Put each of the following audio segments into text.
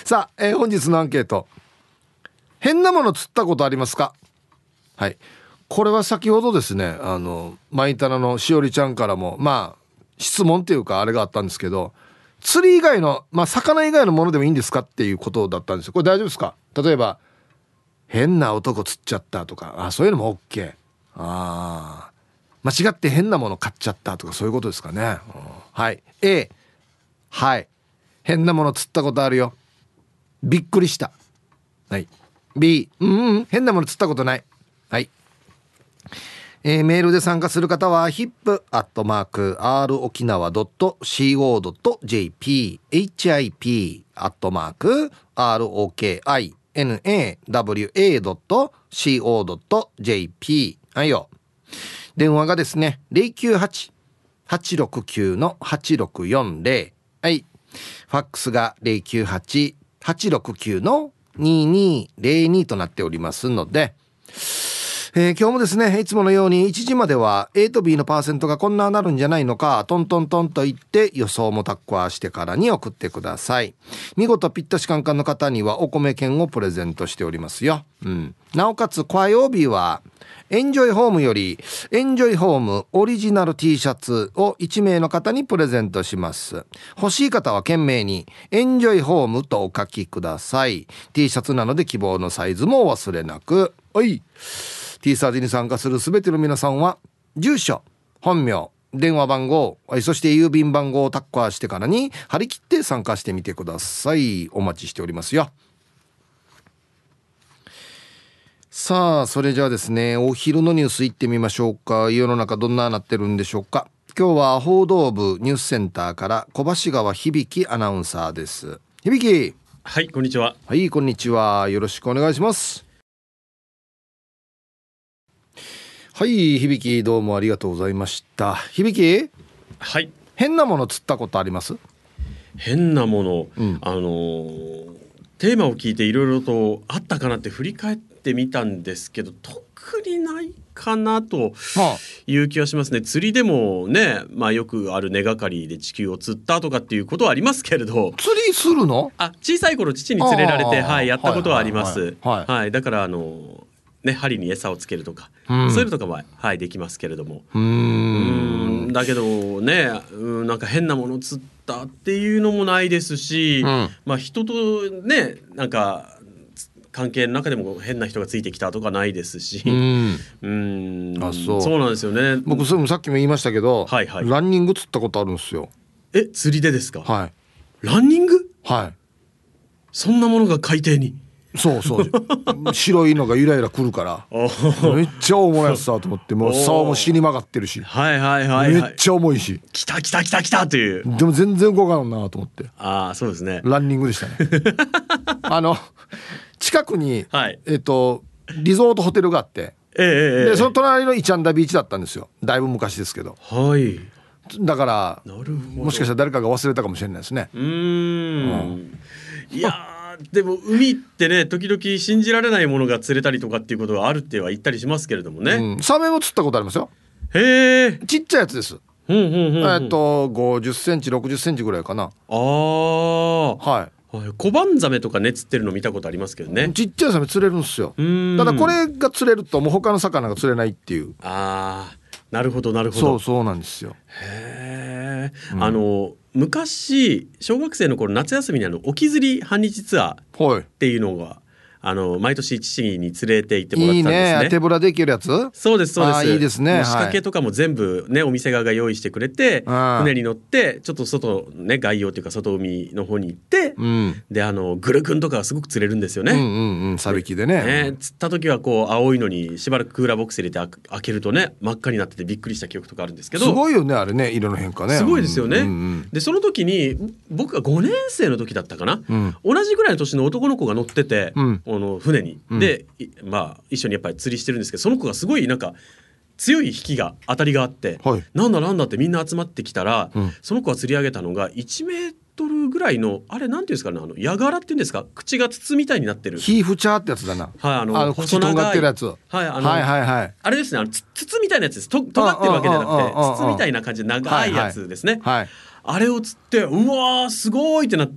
さあ、本日のアンケート、変なもの釣ったことありますか？はい、これは先ほどですね、マイタナのしおりちゃんからも質問っていうかあれがあったんですけど、釣り以外の魚以外のものでもいいんですかっていうことだったんですよ。これ大丈夫ですか？例えば変な男釣っちゃったとか、そういうのも OK。 間違って変なもの買っちゃったとか、そういうことですかね。はい。 A、 はい、変なもの釣ったことあるよ、びっくりした。はい。 B、 変なもの釣ったことない。はい。メールで参加する方は hip@rokinawa.co.jp hip@rokinawa.co.jp。 はいよ。電話がですね、098-869-8640。はい。ファックスが 098-869-2202 となっておりますので、今日もですね、いつものように1時までは A と B のパーセントがこんななるんじゃないのか、トントントンと言って予想もタッコアしてからに送ってください。見事ぴったしカンカンの方にはお米券をプレゼントしておりますよ。なおかつ火曜日はエンジョイホームよりエンジョイホームオリジナル T シャツを1名の方にプレゼントします。欲しい方は懸命にエンジョイホームとお書きください。 T シャツなので希望のサイズもお忘れなく。はい。T サージに参加するすべての皆さんは住所、本名、電話番号、そして郵便番号をタッカーしてからに張り切って参加してみてください。お待ちしておりますよ。さあ、それじゃあですね、お昼のニュースいってみましょうか。世の中どんななってるんでしょうか。今日は報道部ニュースセンターから小橋川響アナウンサーです。響。 はい、こんにちは。 はい、こんにちは。よろしくお願いします。はい、響、どうもありがとうございました。響。 はい。 変なもの釣ったことあります？ 変なもの、テーマを聞いていろいろとあったかなって振り返ってみたんですけど、特にないかなという気はしますね。釣りでもね、よくある根がかりで地球を釣ったとかっていうことはありますけれど。 釣りするの？ 小さい頃父に連れられて、やったことはあります。だから針に餌をつけるとか、そういうのとかは、できますけれども、だけどね、なんか変なものを釣ったっていうのもないですし、人とね、なんか関係の中でも変な人がついてきたとかないですし、そうなんですよね。 僕それもさっきも言いましたけど、ランニング釣ったことあるんですよ。 釣りでですか？ はい。 ランニング？ はい。 そんなものが海底に。 そう白いのがゆらゆら来るからめっちゃ重いやつだと思って、もう竿も死に曲がってるし、めっちゃ重いし、 来たという、 でも全然動かんなと思って、 そうですね、 ランニングでしたね。近くに、リゾートホテルがあって、でその隣のイチャンダビーチだったんですよ。だいぶ昔ですけど、だからもしかしたら誰かが忘れたかもしれないですね。 いやでも海ってね、時々信じられないものが釣れたりとかっていうことがあるっては言ったりしますけれどもね。 サメも釣ったことありますよ。 へえ。 ちっちゃいやつです。50センチ60センチぐらいかな。小判ザメとかね釣ってるの見たことありますけどね。 ちっちゃいサメ釣れるんですよ。ただこれが釣れるともう他の魚が釣れないっていう。 なるほど。 そうなんですよ。 へえ。昔小学生の頃夏休みに沖釣り半日ツアーっていうのが毎年父に連れて行ってもらったんですね。 いいね。手ぶらできるやつ？ そうです。 いいですね。 仕掛けとかも全部ね、お店側が用意してくれて、船に乗ってちょっと外ね、外洋というか外海の方に行って、でグルクンとかがすごく釣れるんですよね。 サビキでね。 釣った時はこう青いのにしばらくクーラーボックス入れて開けるとね、真っ赤になっててびっくりした記憶とかあるんですけど。 すごいよね、あれね、色の変化ね。 すごいですよね。でその時に僕が5年生の時だったかな、同じぐらいの年の男の子が乗ってて、船に、で一緒にやっぱり釣りしてるんですけど、その子がすごいなんか強い引きが当たりがあって、なんだってみんな集まってきたら、その子が釣り上げたのが1メートルぐらいの、あれなんていうんですかね、ヤガラっていうんですか、口が筒みたいになってるヒーフチャーってやつだな。口とんがってるやつ。あれですね、筒みたいなやつです。尖ってるわけじゃなくて筒みたいな感じで長いやつですね。あれを釣って、うわーすごいってなって、 、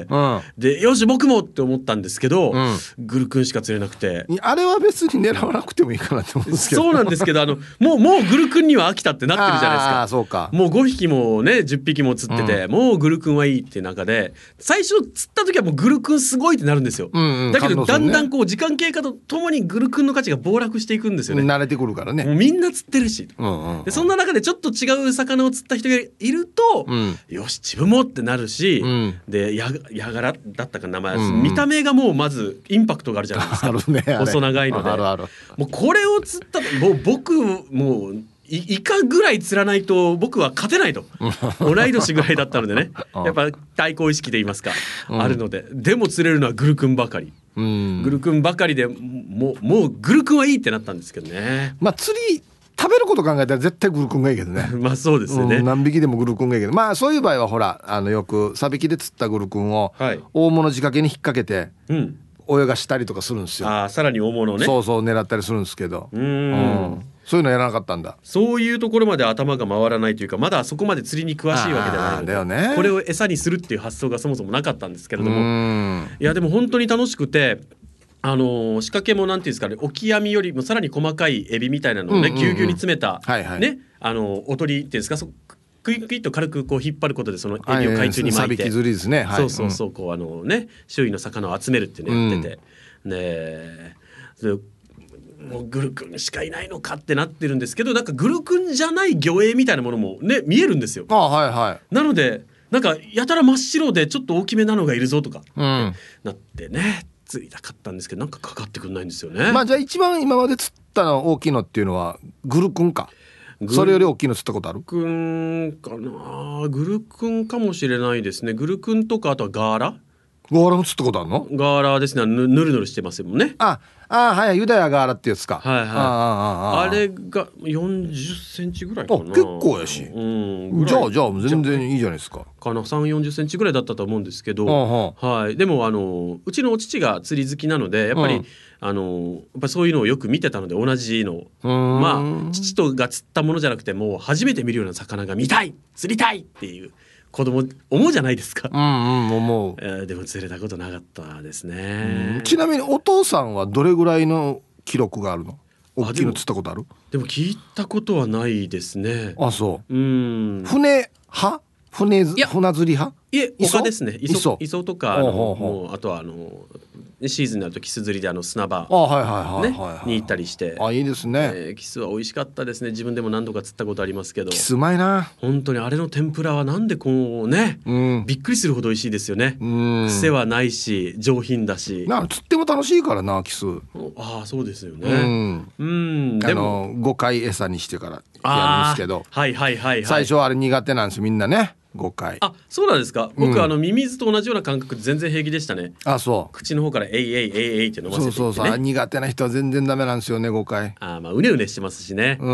でよし僕もって思ったんですけど、グルクンしか釣れなくて、 あれは別に狙わなくてもいいかなって思うんですけど。 そうなんですけどもうグルクンには飽きたってなってるじゃないですか。 そうか、 もう5匹もね10匹も釣ってて、もうグルクンはいいっていう中で、最初釣った時はもうグルクンすごいってなるんですよ、だけどだんだんこう時間経過とともにグルクンの価値が暴落していくんですよね。 慣れてくるからね。 もうみんな釣ってるし、でそんな中でちょっと違う魚を釣った人がいると、よし自分もってなるし、でヤガラだったか名前、見た目がもうまずインパクトがあるじゃないですか。細長いので、もうこれを釣ったもう僕もうイカぐらい釣らないと僕は勝てないと同い年ぐらいだったのでねやっぱ対抗意識で言いますか、あるので、でも釣れるのはグルクンばかり、グルクンばかりでもうグルクンはいいってなったんですけどね。 まあ釣り食べること考えたら絶対グルクンがいいけどねまあそうですよね、 何匹でもグルクンがいいけど、まあそういう場合はほらよくサビキで釣ったグルクンを大物仕掛けに引っ掛けて、泳がしたりとかするんですよ。 さらに大物をね、 そう狙ったりするんですけど、そういうのやらなかったんだ。 そういうところまで頭が回らないというか、まだそこまで釣りに詳しいわけではないので、 だよね、 これを餌にするっていう発想がそもそもなかったんですけれども、いやでも本当に楽しくて、仕掛けもなんていうんですかね、オキアミよりもさらに細かいエビみたいなのをね、ぎゅうぎゅうに詰めたね、おとりっていうんですか、クイッと軽くこう引っ張ることでそのエビを海中に巻いて、 釣りですね、 そうこうね周囲の魚を集めるっていうのをやってて、でもうグルクンしかいないのかってなってるんですけど、なんかグルクンじゃない魚影みたいなものもね見えるんですよ。なのでなんかやたら真っ白でちょっと大きめなのがいるぞとかなってね、釣りたかったんですけどなんかかかってくんないんですよね。 まあじゃあ一番今まで釣ったの大きいのっていうのはグルクンか、それより大きいの釣ったことある？ グルクンかな、グルクンかもしれないですね。グルクンとかあとはガーラも釣ったことあるの？ ガーラですね、ぬるぬるしてますもんね。 はい、ユダヤガーラってやつか。 あれが40センチぐらいかな。 結構やし、じゃあ全然いいじゃないですか。 3、40センチぐらいだったと思うんですけど、でもうちの父が釣り好きなのでやっぱり、やっぱそういうのをよく見てたので、同じのまあ父とが釣ったものじゃなくてもう初めて見るような魚が見たい、釣りたいっていう子供思うじゃないですか。 思う。 でも釣れたことなかったですね。 ちなみにお父さんはどれぐらいの記録があるの？大きいの釣ったことある？ でも聞いたことはないですね。 そう。船釣り派？ いえ、丘ですね。磯とかもうあとはシーズンになるとキス釣りで砂場に行ったりして、 いいですね。 キスは美味しかったですね。自分でも何度か釣ったことありますけど、 キスうまいな。 本当にあれの天ぷらはなんでこうね、びっくりするほど美味しいですよね。癖はないし上品だし、 釣っても楽しいからな、キス。 そうですよね。 でも5回餌にしてからやるんですけど、最初はあれ苦手なんですよみんなね。5回。 そうなんですか。僕ミミズと同じような感覚で全然平気でしたね。そう。口の方からえいって飲ませていってね。 そう苦手な人は全然ダメなんですよね、5回。 うねうねしてますしね。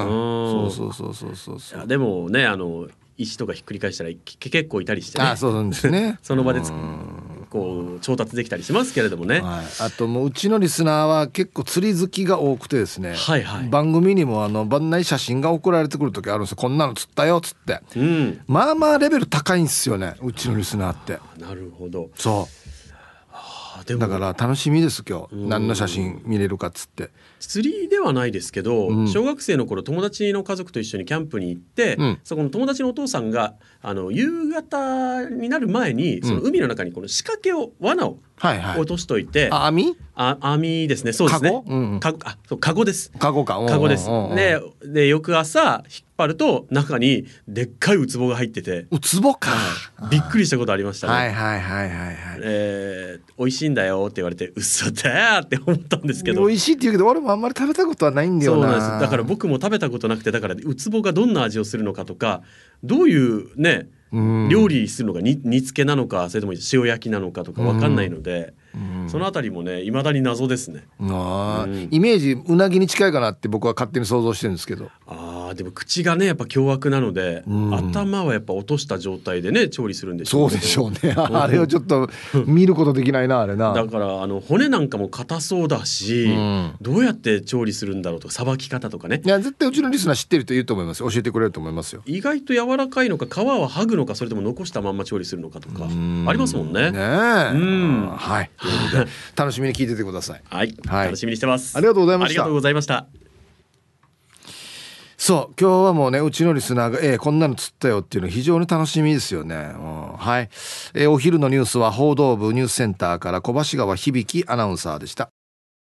そうでもね石とかひっくり返したら結構いたりしてね。 そうなんですね。 その場でこう調達できたりしますけれどもね。 あともううちのリスナーは結構釣り好きが多くてですね、番組にも番内写真が送られてくる時あるんですよ。こんなの釣ったよっつって、まあまあレベル高いんですよね、うちのリスナーって。 なるほど。 だから楽しみです。今日何の写真見れるかっつって。 釣りではないですけど、小学生の頃友達の家族と一緒にキャンプに行って、そこの友達のお父さんが夕方になる前にその海の中にこの仕掛けを罠を落としといて、網ですね。そうですね。カゴです。カゴです。で翌朝引っ張ると中にでっかいウツボが入ってて、 ウツボか、 びっくりしたことありましたね。美味しいんだよって言われて、嘘だよって思ったんですけど。 美味しいって言うけど俺もあんまり食べたことはないんだよな。 そうなんです。だから僕も食べたことなくて、だからウツボがどんな味をするのかとか、どういうね料理するのか、煮付けなのかそれとも塩焼きなのかとか分かんないので、そのあたりもね未だに謎ですね。 イメージうなぎに近いかなって僕は勝手に想像してるんですけど。 でも口がねやっぱ凶悪なので、頭はやっぱ落とした状態でね調理するんでしょう。 そうでしょうね。あれをちょっと見ることできないなあれな。 だから骨なんかも硬そうだし、どうやって調理するんだろうとか、さばき方とかね。 いや絶対うちのリスナー知ってる人いると思いますよ。教えてくれると思いますよ。 意外と柔らかいのか、皮は剥ぐのか、それとも残したまんま調理するのかとかありますもんね。 ねえ、はい、ということで楽しみに聞いててください。 はい、楽しみにしてます。 ありがとうございました。 ありがとうございました。 そう今日はもうねうちのリスナーが、こんなの釣ったよっていうの非常に楽しみですよね。はい、お昼のニュースは報道部ニュースセンターから小橋川響アナウンサーでした。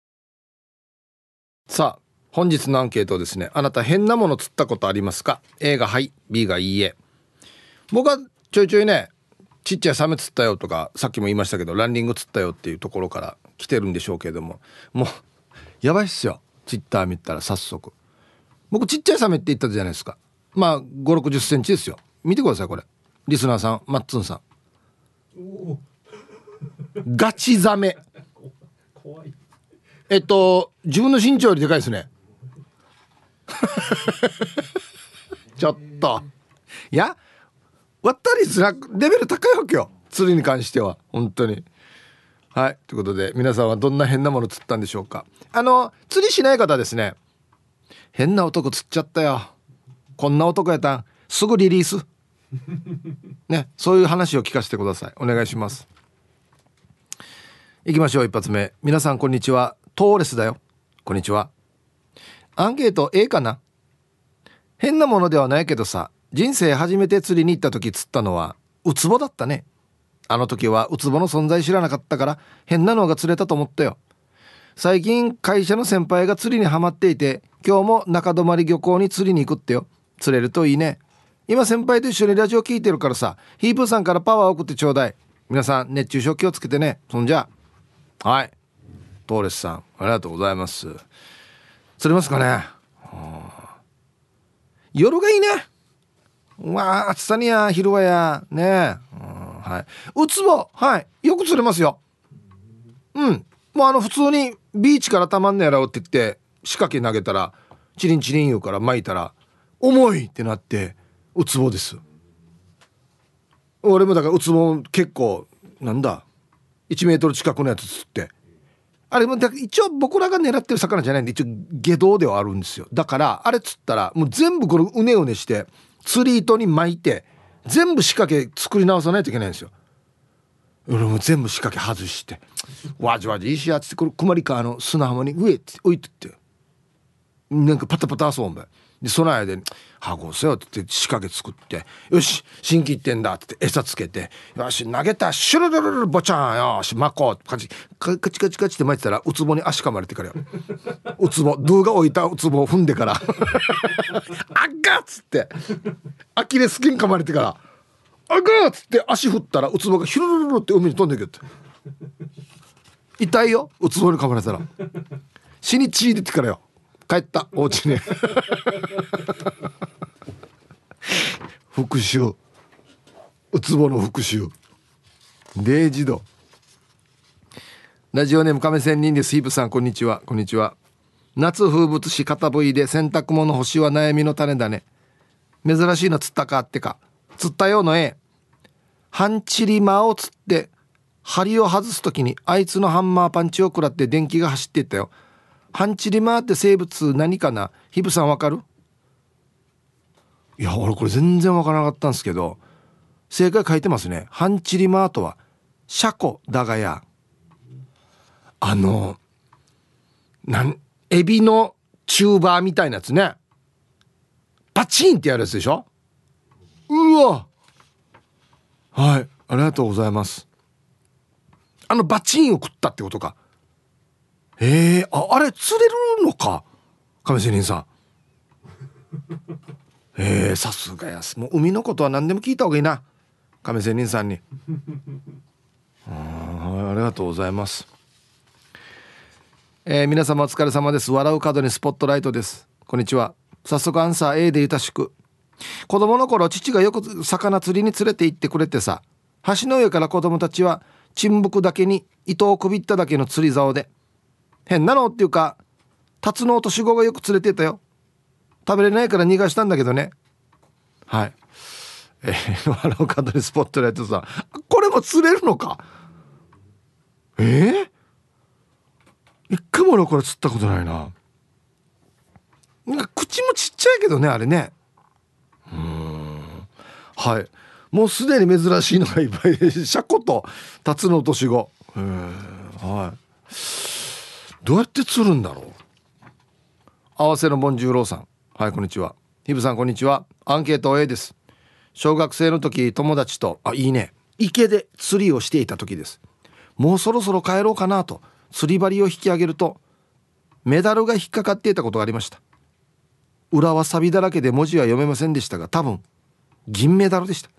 さあ本日のアンケートですね。あなた変なもの釣ったことありますか？ A がはい、 B がいいえ。僕はちょいちょいねちっちゃいサメ釣ったよとか、さっきも言いましたけどランニング釣ったよっていうところから来てるんでしょうけれども、もうやばいっすよ。ツイッター見たら早速僕ちっちゃいサメって言ったじゃないですか。まあ5、60センチですよ。見てくださいこれ。リスナーさん、マッツンさん、ガチザメ。 怖い。 自分の身長よりでかいですね。ちょっといや割ったりすらレベル高いわけよ、釣りに関しては本当に。はい、ということで皆さんはどんな変なもの釣ったんでしょうか。釣りしない方ですね、変な男釣っちゃったよ、こんな男やったんすぐリリースね、そういう話を聞かせてください。お願いします。行きましょう。一発目、皆さんこんにちは、トーレスだよ。こんにちは。アンケート A かな。変なものではないけどさ、人生初めて釣りに行った時釣ったのはウツボだったね。あの時はウツボの存在知らなかったから変なのが釣れたと思ったよ。最近会社の先輩が釣りにハマっていて、今日も中泊漁港に釣りに行くってよ。釣れるといいね。今先輩と一緒にラジオ聞いてるからさ、ヒープーさんからパワー送ってちょうだい。皆さん熱中症気をつけてね。そんじゃはい、トーレスさんありがとうございます。釣れますかね。夜がいいね。まあ暑さにや昼はやね。はい、ウツボ、はい、よく釣れますよ。もう普通にビーチからたまんね狙うって言って仕掛け投げたらチリンチリン言うから巻いたら重いってなってウツボです。俺もだからウツボ結構なんだ1メートル近くのやつ釣って、あれもだ一応僕らが狙ってる魚じゃないんで一応下道ではあるんですよ。だからあれ釣ったらもう全部これうねうねして釣り糸に巻いて全部仕掛け作り直さないといけないんですよ。俺も全部仕掛け外してわじわじいいしやつってこれくまり川の砂浜に上って置いてってなんかパタパタ遊んべでその間に「はごせよ」って言って仕掛け作って「よし新規いってんだ」って言って餌つけて「よし投げたシュルルルルボチャンよし巻こう」カチカチカチカチって巻いてたらウツボに足噛まれてからよウツボドゥが置いたウツボを踏んでから「あっがっ!」つってアキレス腱噛まれてから「あっがっ!」つって足振ったらウツボがヒュルルルルって海に飛んでいくって痛いよ。ウツボに噛まれたら死に血出てからよ帰ったお家に復讐ウツボの復讐0時度。ラジオネーム亀仙人です。ヒープさんこんにちは。こんにちは。夏風物詩片ぶいで洗濯物干しは悩みの種だね。珍しいの釣ったかってか釣ったようのハンチリマーを釣って針を外すときにあいつのハンマーパンチを食らって電気が走っていったよ。ハンチリマーって生物何かな。ヒブさんわかる？いや俺これ全然わからなかったんですけど正解書いてますね。ハンチリマーとはシャコだがやエビのチューバーみたいなやつね。パチンってやるやつでしょ。うわはいありがとうございます。バチンを食ったってことか。あれ釣れるのか亀仙人さん。さすがやす。もう海のことは何でも聞いた方がいいな亀仙人さんに。ありがとうございます。皆様お疲れ様です。笑う角にスポットライトです。こんにちは。早速アンサー A でゆたしく。子供の頃父がよく魚釣りに連れて行ってくれてさ、橋の上から子供たちは沈木だけに糸をくびっただけの釣り竿で変なのっていうかタツノオトシゴがよく釣れてたよ。 食べれないから逃がしたんだけどね。はい。笑う角にスポットライトさん、これも釣れるのか。一回も俺これ釣ったことないな。なんか口もちっちゃいけどね、あれね。はい。もうすでに珍しいのがいっぱいで、シャコとタツノオトシゴ。はい。どうやって釣るんだろう。合わせのボンジューローさん、はい、こんにちは。ヒブさん、こんにちは。アンケート A です。小学生の時、友達といいね、池で釣りをしていた時です。もうそろそろ帰ろうかなと釣り針を引き上げると、メダルが引っかかっていたことがありました。裏は錆だらけで文字は読めませんでしたが、多分銀メダルでした。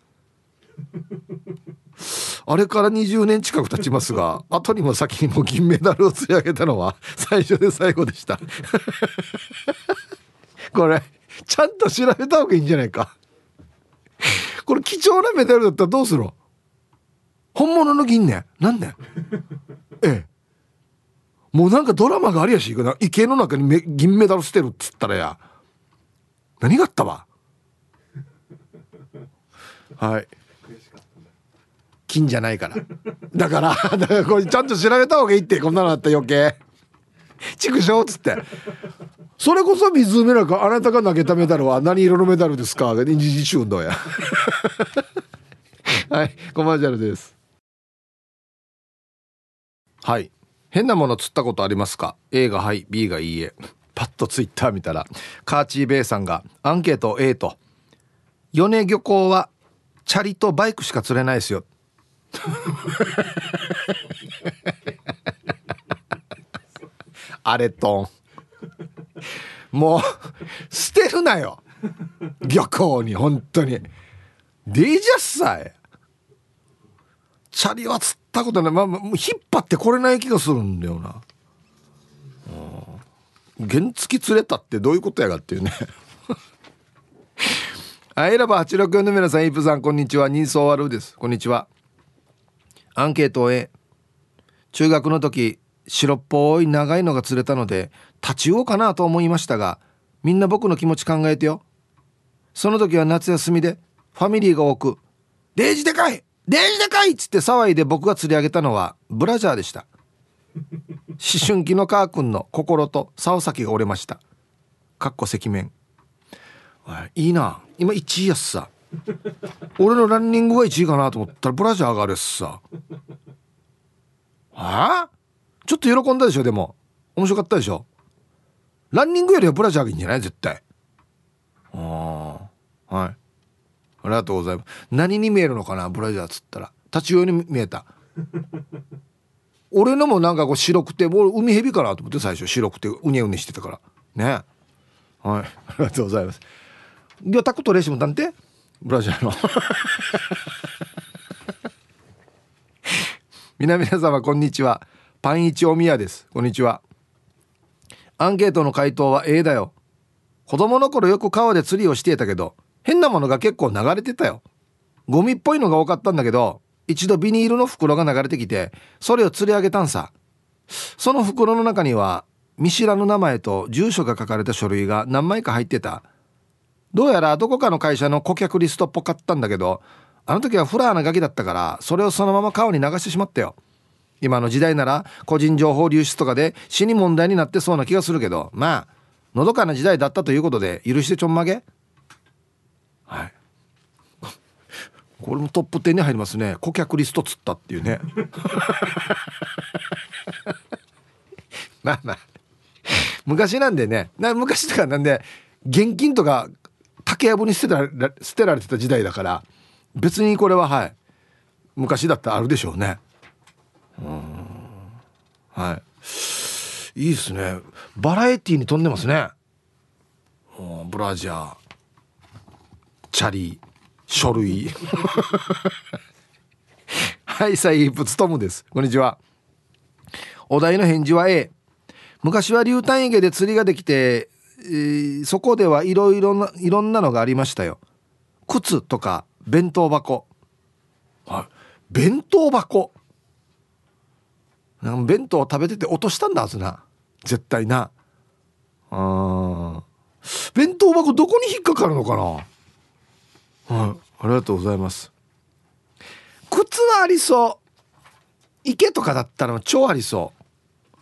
あれから20年近く経ちますが、後にも先にも銀メダルを釣り上げたのは最初で最後でした。これちゃんと調べた方がいいんじゃないか。これ貴重なメダルだったらどうするの。本物の銀ね、なんでもうなんかドラマがありやしいかな。池の中に銀メダル捨てるっつったらや、何があったわ。はい、金じゃないからだからこれちゃんと調べた方がいいって。こんなのあったら余計畜生っつって。それこそ湖なんか、あなたが投げたメダルは何色のメダルですか。二次種運動や。はい、コマーシャルです。はい、変なもの釣ったことありますか。 A がはい、 B がいいえ。パッとツイッター見たらカーチーベイさんがアンケート A と、米漁港はチャリとバイクしか釣れないですよ。あれともう捨てるなよ漁港に。本当にデイジャスさえチャリは釣ったことない。引っ張ってこれない気がするんだよな。原付釣れたってどういうことやがっていうね。アイラバ864の皆さん、イープさん、こんにちは。人相悪です。こんにちは。アンケート A。 中学の時、白っぽい長いのが釣れたので立ち魚かなと思いましたが、みんな僕の気持ち考えてよ。その時は夏休みでファミリーが多く、デージでかいデージでかいっつって騒いで、僕が釣り上げたのはブラジャーでした。思春期のカー君の心と竿先が折れました。かっこ赤面。いいな、今1位やっさ。俺のランニングが1位かなと思ったらブラジャーがあるっさ。ちょっと喜んだでしょ。でも面白かったでしょ。ランニングよりはブラジャーがいいんじゃない、絶対。はい、ありがとうございます。何に見えるのかな、ブラジャーっつったら立ち泳ぎに見えた。俺のもなんかこう白くて、俺海蛇かなと思って、最初白くてうねうねしてたからね。はい、ありがとうございます。いやタクトレーシムなんてブラジャーの。皆様こんにちは。パンイチおみやです。こんにちは。アンケートの回答は A だよ。子供の頃よく川で釣りをしていたけど、変なものが結構流れてたよ。ゴミっぽいのが多かったんだけど、一度ビニールの袋が流れてきて、それを釣り上げたんさ。その袋の中には見知らぬ名前と住所が書かれた書類が何枚か入ってた。どうやらどこかの会社の顧客リストっぽかったんだけど、あの時はフラーなガキだったから、それをそのまま川に流してしまったよ。今の時代なら個人情報流出とかで死に問題になってそうな気がするけど、まあのどかな時代だったということで許してちょんまげ。はい、これもトップ10に入りますね。顧客リストつったっていうね。まあ昔なんでね、昔とかなんで現金とか竹やぶに捨てられてた時代だから、別にこれははい昔だったらあるでしょうね。はい、いいですね。バラエティに富んでますね。ブラジャー、チャリ、書類。はい、サイープツトムです。こんにちは。お題の返事は A。 昔は流体池で釣りができて、そこではいろんなのがありましたよ。靴とか弁当箱。弁当箱、弁当を食べてて落としたんだはずな、絶対な。 弁当箱どこに引っかかるのかな。はい、ありがとうございます。靴はありそう。池とかだったら超ありそう。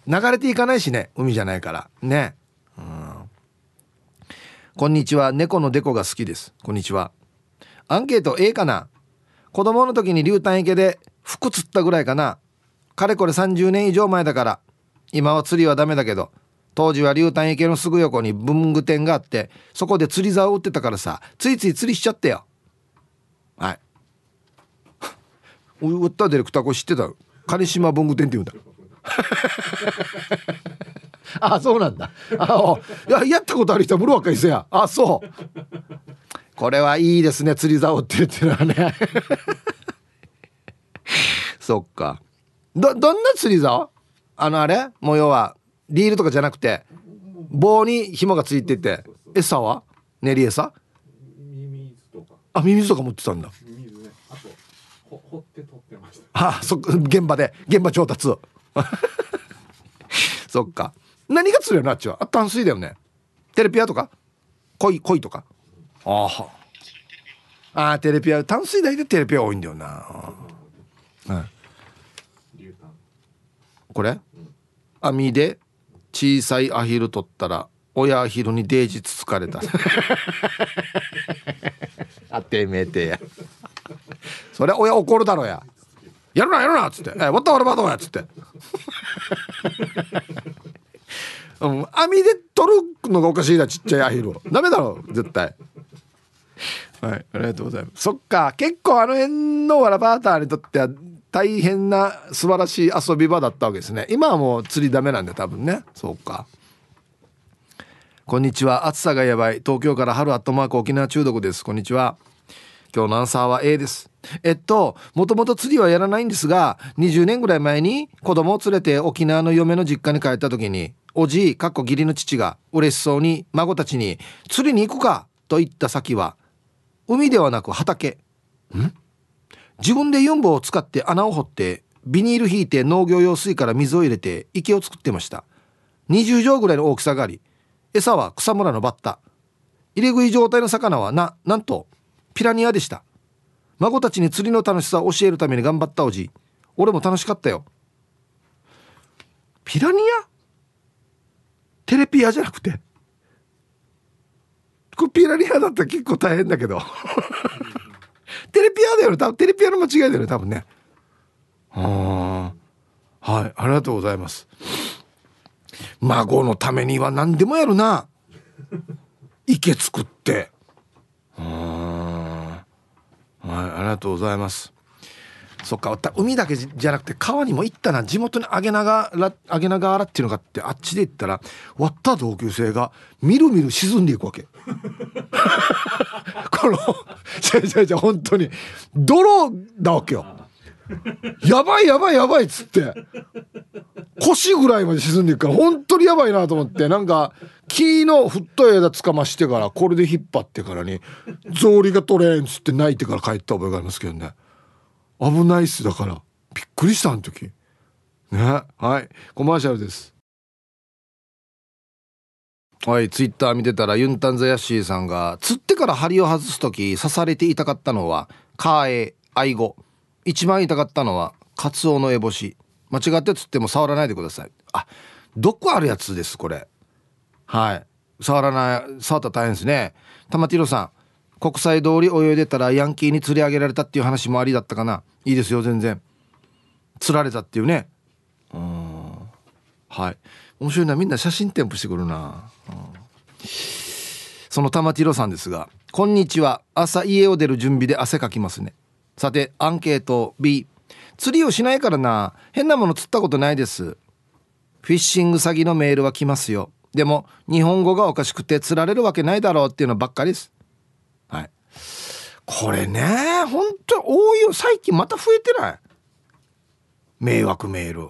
流れていかないしね、海じゃないからね。うん、こんにちは、猫のデコが好きです。こんにちは。アンケート A かな。子供の時に竜潭池で服釣ったぐらいかな。かれこれ30年以上前だから。今は釣りはダメだけど、当時は竜潭池のすぐ横に文具店があって、そこで釣り竿を売ってたからさ、ついつい釣りしちゃってよ。はい。売ったディレクターこれ知ってた。金島文具店って言うんだ。あ、そうなんだ。やったことある人は無論若いせや。あ、そう。これはいいですね、釣り竿って言ってるのはね。そっか。どんな釣り竿？あれもう要はリールとかじゃなくて棒に紐がついてて、餌は練り餌？ミミズとか。あ、ミミズとか持ってたんだ。ミミズね。あと掘って取ってました。あ、現場調達。そっか。何が釣れるのあっちは？淡水だよね。テレピアとか鯉とか。テレピア、淡水台でテレピア多いんだよな。これ網で小さいアヒル取ったら親アヒルにデージつつかれた。あてめえてや。そりゃ親怒るだろや。やるなっつって、わったわらばどうやっつって。網で取るのがおかしいな、ちっちゃいアヒルダメだろ絶対。はい、ありがとうございます。そっか、結構あの辺のワラバーターにとっては大変な素晴らしい遊び場だったわけですね。今はもう釣りダメなんで多分ね。そうか。こんにちは、暑さがやばい東京から春アットマーク沖縄中毒です。こんにちは。今日のアンサーは A です。もともと釣りはやらないんですが、20年ぐらい前に子供を連れて沖縄の嫁の実家に帰った時に、おじいかっこ義理の父が嬉しそうに孫たちに釣りに行くかと言った先は海ではなく畑。自分でユンボを使って穴を掘ってビニール引いて農業用水から水を入れて池を作ってました。20畳ぐらいの大きさがあり、餌は草むらのバッタ。入れ食い状態の魚はなんとピラニアでした。孫たちに釣りの楽しさを教えるために頑張ったおじ。俺も楽しかったよ。ピラニア？テレピアじゃなくて、これピラニアだったら結構大変だけど。テレピアだよね、多分テレピアの間違いだよね、多分ね。はい、ありがとうございます。孫のためには何でもやるな。池作って。はい、ありがとうございます。そっか、海だけじゃなくて川にも行ったな。地元にあげながらっていうのがあって、あっちで行ったら割った同級生がみるみる沈んでいくわけ。このじゃ本当に泥だわけよ。やばいっつって腰ぐらいまで沈んでいくから、本当にやばいなと思って、なんか木の太い枝つかましてからこれで引っ張ってからに草履が取れんっつって泣いてから帰った覚えがありますけどね。危ないっす。だからびっくりしたあの時ね。はい、コマーシャルです。はい、ツイッター見てたらユンタンザヤッシーさんが釣ってから針を外す時刺されて痛かったのはカーエアイゴ、一番痛かったのはカツオのエボシ。間違って釣っても触らないでください。あ、毒あるやつですこれ。はい、触ったら大変ですね。玉ティロさん、国際通り泳いでたらヤンキーに釣り上げられたっていう話もありだったかな。いいですよ、全然釣られたっていうね。はい、面白いな、みんな写真添付してくるな。その玉ティロさんですが、こんにちは。朝家を出る準備で汗かきますね。さてアンケート B、 釣りをしないからな。変なもの釣ったことないです。フィッシング詐欺のメールは来ますよ。でも日本語がおかしくて釣られるわけないだろうっていうのばっかりです。はい、これね、本当多いよ。最近また増えてない？迷惑メール。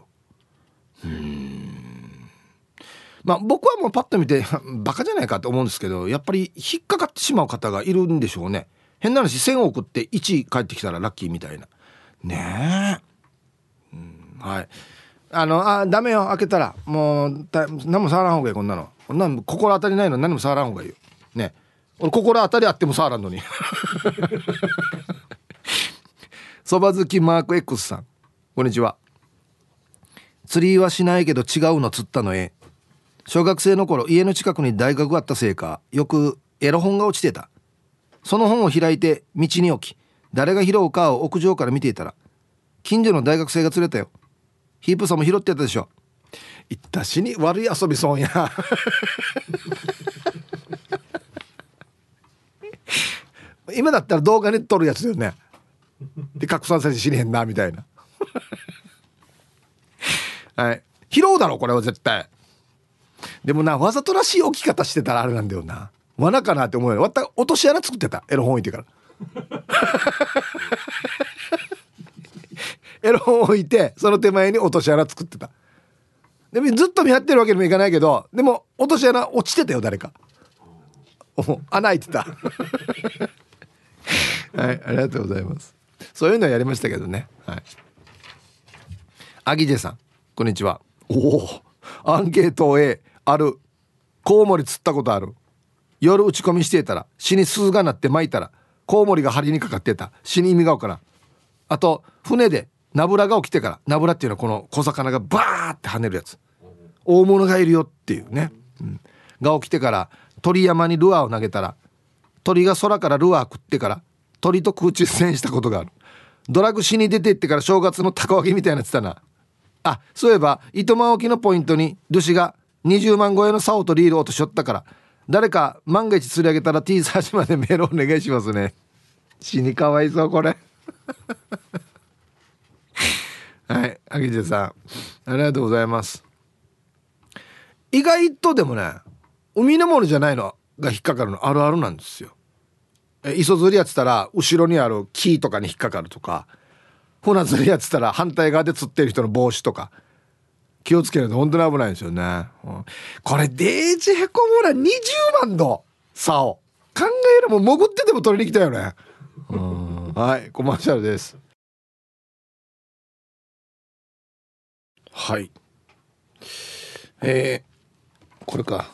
まあ僕はもうパッと見てバカじゃないかと思うんですけど、やっぱり引っかかってしまう方がいるんでしょうね。変な話、1000億って1返ってきたらラッキーみたいなねえ。はい、ダメよ、開けたらもう何も触らん方がいい。こんなの心当たりないの何も触らん方がいいよ。 ね。俺心当たりあっても触らんのにそば好きマーク X さん、こんにちは。釣りはしないけど違うの釣ったの。小学生の頃家の近くに大学があったせいかよくエロ本が落ちてた。その本を開いて道に置き、誰が拾うかを屋上から見ていたら近所の大学生が釣れたよ。ヒープさんも拾ってたでしょ。言ったしに悪い遊びそうや今だったら動画に撮るやつだよね。で拡散されて知りへんなみたいなはい、拾うだろこれは絶対。でもな、わざとらしい置き方してたらあれなんだよな、罠かなって思うよ。わった落とし穴作ってた、エロ本置いてからエロ本置いてその手前に落とし穴作ってた。でもずっと見張ってるわけにもいかないけど、でも落とし穴落ちてたよ誰か穴開いてたはい、ありがとうございます。そういうのやりましたけどね。はい。アギジェさん、こんにちは。おお、アンケート A ある。コウモリ釣ったことある。夜打ち込みしていたら死に鈴が鳴って巻いたらコウモリが針にかかってた。死に意味がわからん。あと船でナブラが起きてから、ナブラっていうのはこの小魚がバーって跳ねるやつ、大物がいるよっていうね、が起きてから鳥山にルアーを投げたら鳥が空からルアー食ってから鳥と空中戦したことがある。ドラグしに出てってから正月の高揚げみたいになってたな。あ、そういえば糸満沖のポイントにルシが20万超えの竿とリールを落としよったから、誰か万が一釣り上げたら T サージまでメールお願いしますね。死にかわいそうこれはい、あきじさんありがとうございます。意外とでもね、海のものじゃないのが引っかかるのあるあるなんですよ。磯釣りやってたら後ろにある木とかに引っかかるとか、船釣りやってたら反対側で釣ってる人の帽子とか気をつけないと本当に危ないんですよね、これデージへこむら20万度竿考えるも潜ってても取りに来たよねはい、コマーシャルです。はい、これか。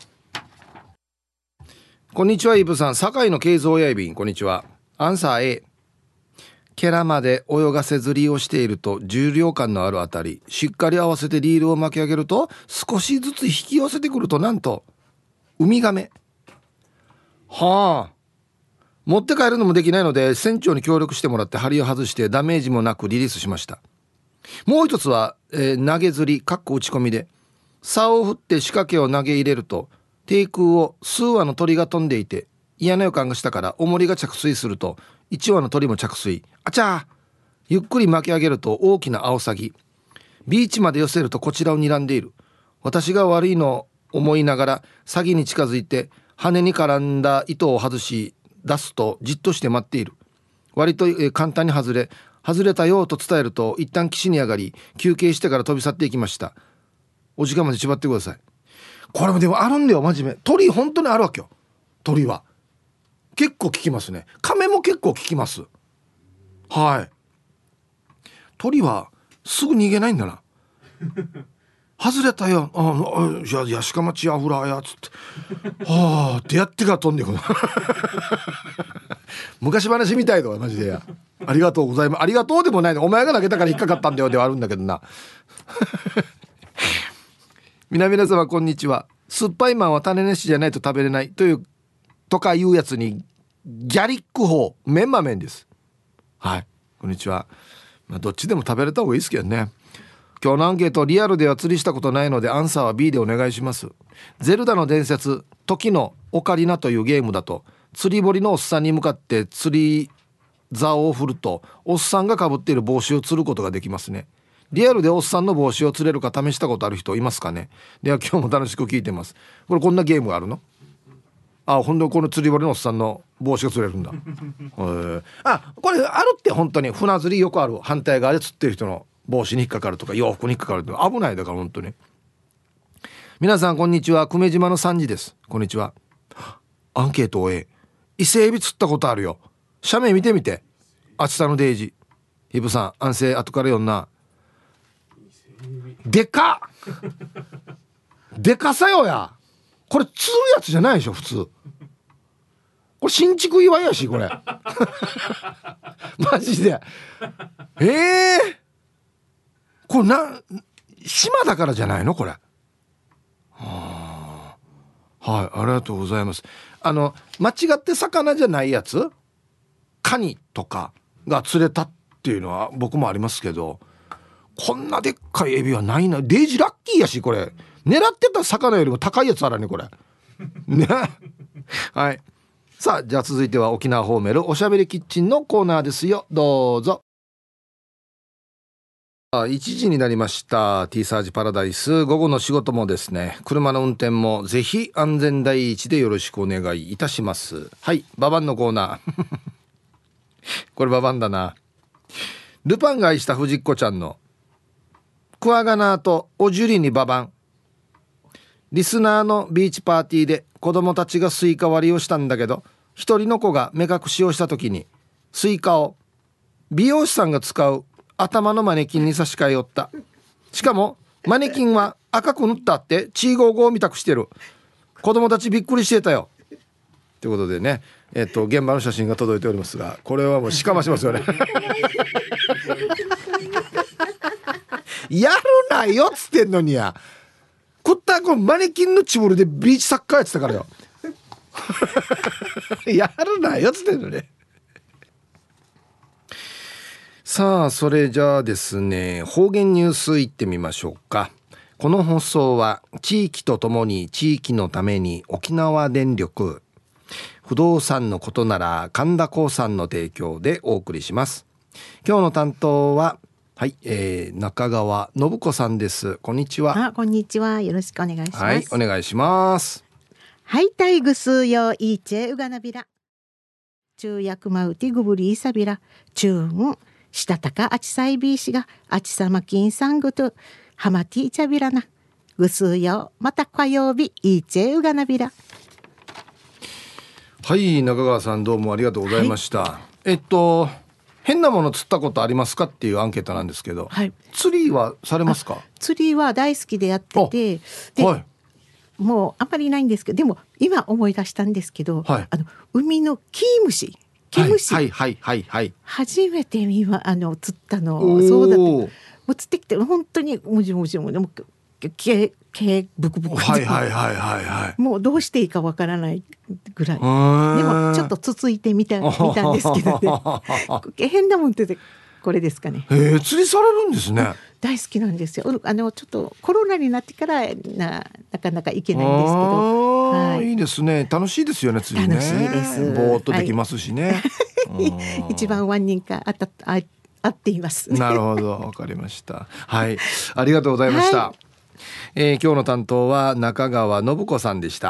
こんにちはイブさん、堺の慶三や便、こんにちは。アンサー A、 ケラまで泳がせ釣りをしていると重量感のあるあたりしっかり合わせてリールを巻き上げると少しずつ引き寄せてくるとなんとウミガメ。はあ、持って帰るのもできないので船長に協力してもらって針を外してダメージもなくリリースしました。もう一つは、投げ釣り打ち込みで竿を振って仕掛けを投げ入れると低空を数羽の鳥が飛んでいて嫌な予感がしたから重りが着水すると1羽の鳥も着水。あちゃー、ゆっくり巻き上げると大きなアオサギ。ビーチまで寄せるとこちらを睨んでいる。私が悪いのを思いながらサギに近づいて羽に絡んだ糸を外し出すとじっとして待っている。割と簡単に外れたよと伝えると一旦岸に上がり休憩してから飛び去っていきました。お時間まで縛ってください。これもでもあるんだよ、真面目。鳥本当にあるわけよ。鳥は結構効きますね。カメも結構効きます。はい、鳥はすぐ逃げないんだな外れたよ、じゃあヤシカマチヤフラやつってはあってやってから飛んでいくの昔話みたいだわマジで。ありがとうございます。ありがとうでもないの、お前が投げたから引っかかったんだよではあるんだけどな皆様こんにちは。酸っぱいマンは種なしじゃないと食べれないとかいうやつにギャリック法メンマ麺です。はい、こんにちは。どっちでも食べれた方がいいですけどね。今日のアンケートリアルでは釣りしたことないのでアンサーは B でお願いします。ゼルダの伝説時のオカリナというゲームだと釣り堀のおっさんに向かって釣り竿を振るとおっさんがかぶっている帽子を釣ることができますね。リアルでおっさんの帽子を釣れるか試したことある人いますかね。では今日も楽しく聞いてます。これこんなゲームがあるの？あ、本当にこの釣り堀のおっさんの帽子が釣れるんだあ、これあるって。本当に船釣りよくある。反対側で釣ってる人の帽子に引っかかるとか洋服に引っかかるとか危ない。だから本当に。皆さんこんにちは、久米島の3時です。こんにちは。アンケートを伊勢エビ釣ったことあるよ。斜面見てみて。厚さのデージ。ヒブさん安静後からよんな。でかっでかさよや。これ釣るやつじゃないでしょ普通。 これ新築祝いやしこれマジでこれ島だからじゃないのこれ。はい、ありがとうございます。間違って魚じゃないやつ、カニとかが釣れたっていうのは僕もありますけど、こんなでっかいエビはないな。デイジラッキーやしこれ、狙ってた魚よりも高いやつあらねこれねはい、さあじゃあ続いては沖縄ホーメルおしゃべりキッチンのコーナーですよ。どうぞ。1時になりました。 T サージパラダイス、午後の仕事もですね、車の運転もぜひ安全第一でよろしくお願いいたします。はい、ババンのコーナーこれババンだな。ルパンが愛した藤子ちゃんのクワガナーとおじゅりにババン。リスナーのビーチパーティーで子供たちがスイカ割りをしたんだけど、一人の子が目隠しをした時にスイカを美容師さんが使う頭のマネキンに差し替えよった。しかもマネキンは赤く塗ったってチーゴーゴーみたくしてる。子供たちびっくりしてたよということでね、現場の写真が届いておりますが、これはもうしかましますよねやるなよっつってんのにや、こったこのマネキンのチボルでビーチサッカーやってたからよやるなよっつってんのね。さあそれじゃあですね、方言ニュースいってみましょうか。この放送は地域とともに地域のために沖縄電力、不動産のことなら神田興産の提供でお送りします。今日の担当ははい、中川信子さんです。こんにちは。 こんにちは、よろしくお願いします。 はい、お願いします。 はい、タイグスヨイーチェウガナビラ中薬マウティグブリーサビラ中ンしたたかあちさいビーシがあちさまきんさんぐとハマティーチャビラナぐすよまた火曜日イーチェウガナビラ。 はい、中川さんどうもありがとうございました。はい、変なもの釣ったことありますかっていうアンケートなんですけど、はい、釣りはされますか？ 釣りは大好きでやってて、で、はい、もうあんまりないんですけど、でも今思い出したんですけど、はい、海のキイムシ、毛虫、はいはいはいはい、初めて釣ったのそうだって、もう釣ってきて本当にもじもじもでも毛ブクブク、はいはいはいはいはい、もうどうしていいかわからないぐらい。でもちょっとつついてみたんですけどね変なもんってこれですかね。 釣りされるんですね。 大好きなんですよ。ちょっとコロナになってからなかなか行けないんですけど、 はい、いいですね。楽しいですよね釣りね。 楽しいです。 ぼーっとできますしね、 はい、一番ワン人か合っています。 なるほど、わかりました。はい、ありがとうございました。はい、今日の担当は中川信子さんでした。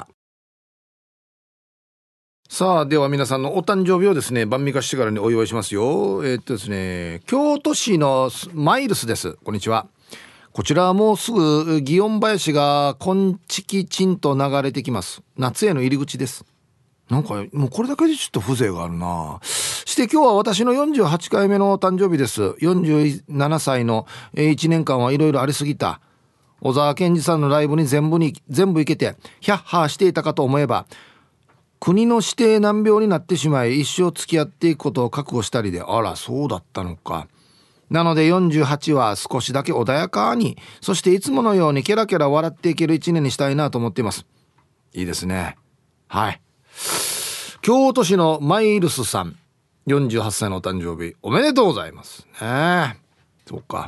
さあでは皆さんのお誕生日をですね晩御飯してからにお祝いしますよ。ですね、京都市のマイルスです。こんにちは。こちらはもうすぐ祇園林がこんちきちんと流れてきます。夏への入り口です。なんかもうこれだけでちょっと風情があるな。して今日は私の48回目の誕生日です。47歳の1年間はいろいろありすぎた。小沢健二さんのライブに全部行けてヒャッハーしていたかと思えば、国の指定難病になってしまい一生付き合っていくことを覚悟したりで、あらそうだったのか。なので48は少しだけ穏やかに、そしていつものようにケラケラ笑っていける一年にしたいなと思っています。いいですね。はい、京都市のマイルスさん48歳のお誕生日おめでとうございますね。そうか、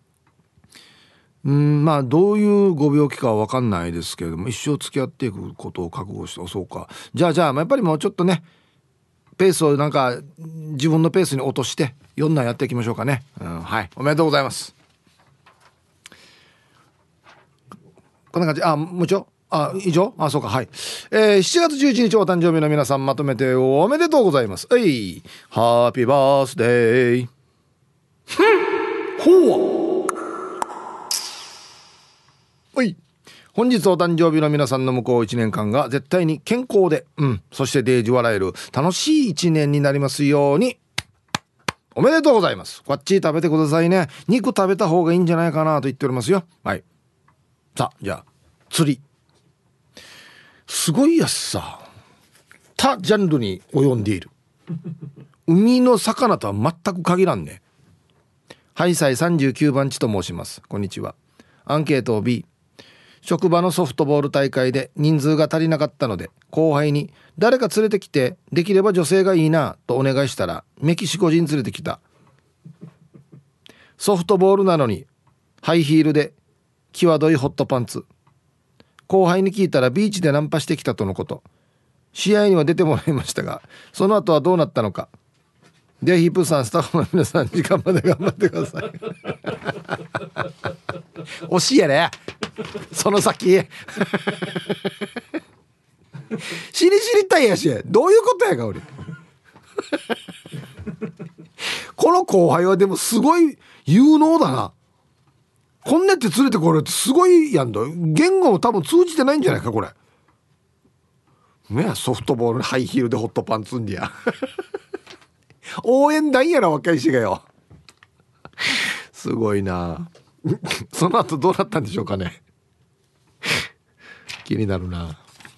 まあどういうご病気かは分かんないですけれども、一生付き合っていくことを覚悟して、そうか、じゃあやっぱりもうちょっとねペースをなんか自分のペースに落として4年やっていきましょうかね。はい、おめでとうございます。こんな感じ。もう一度以上そうか、はい、7月11日お誕生日の皆さんまとめておめでとうございます。ハッピーバースデーほう本日お誕生日の皆さんの向こう1年間が絶対に健康で、そしてデージ笑える楽しい1年になりますように。おめでとうございます。こっち食べてくださいね。肉食べた方がいいんじゃないかなと言っておりますよ。はい、さあじゃあ釣りすごいやつさ、 他ジャンルに及んでいる。海の魚とは全く限らんね。ハイサイ39番地と申します。こんにちは。アンケートを B。 職場のソフトボール大会で人数が足りなかったので、後輩に誰か連れてきて、できれば女性がいいなとお願いしたら、メキシコ人連れてきた。ソフトボールなのにハイヒールで際どいホットパンツ。後輩に聞いたらビーチでナンパしてきたとのこと。試合には出てもらいましたが、その後はどうなったのか。でヒープーさん、スタッフの皆さん、時間まで頑張ってください。惜しいやね、その先。知りたいやし、どういうことやか俺。この後輩はでもすごい有能だな。こんなって連れてこれってすごいやんだ。言語も多分通じてないんじゃないかこれね。ソフトボールハイヒールでホットパンツんでや。応援団やな若いしがよ。すごいな。その後どうなったんでしょうかね。気になるな。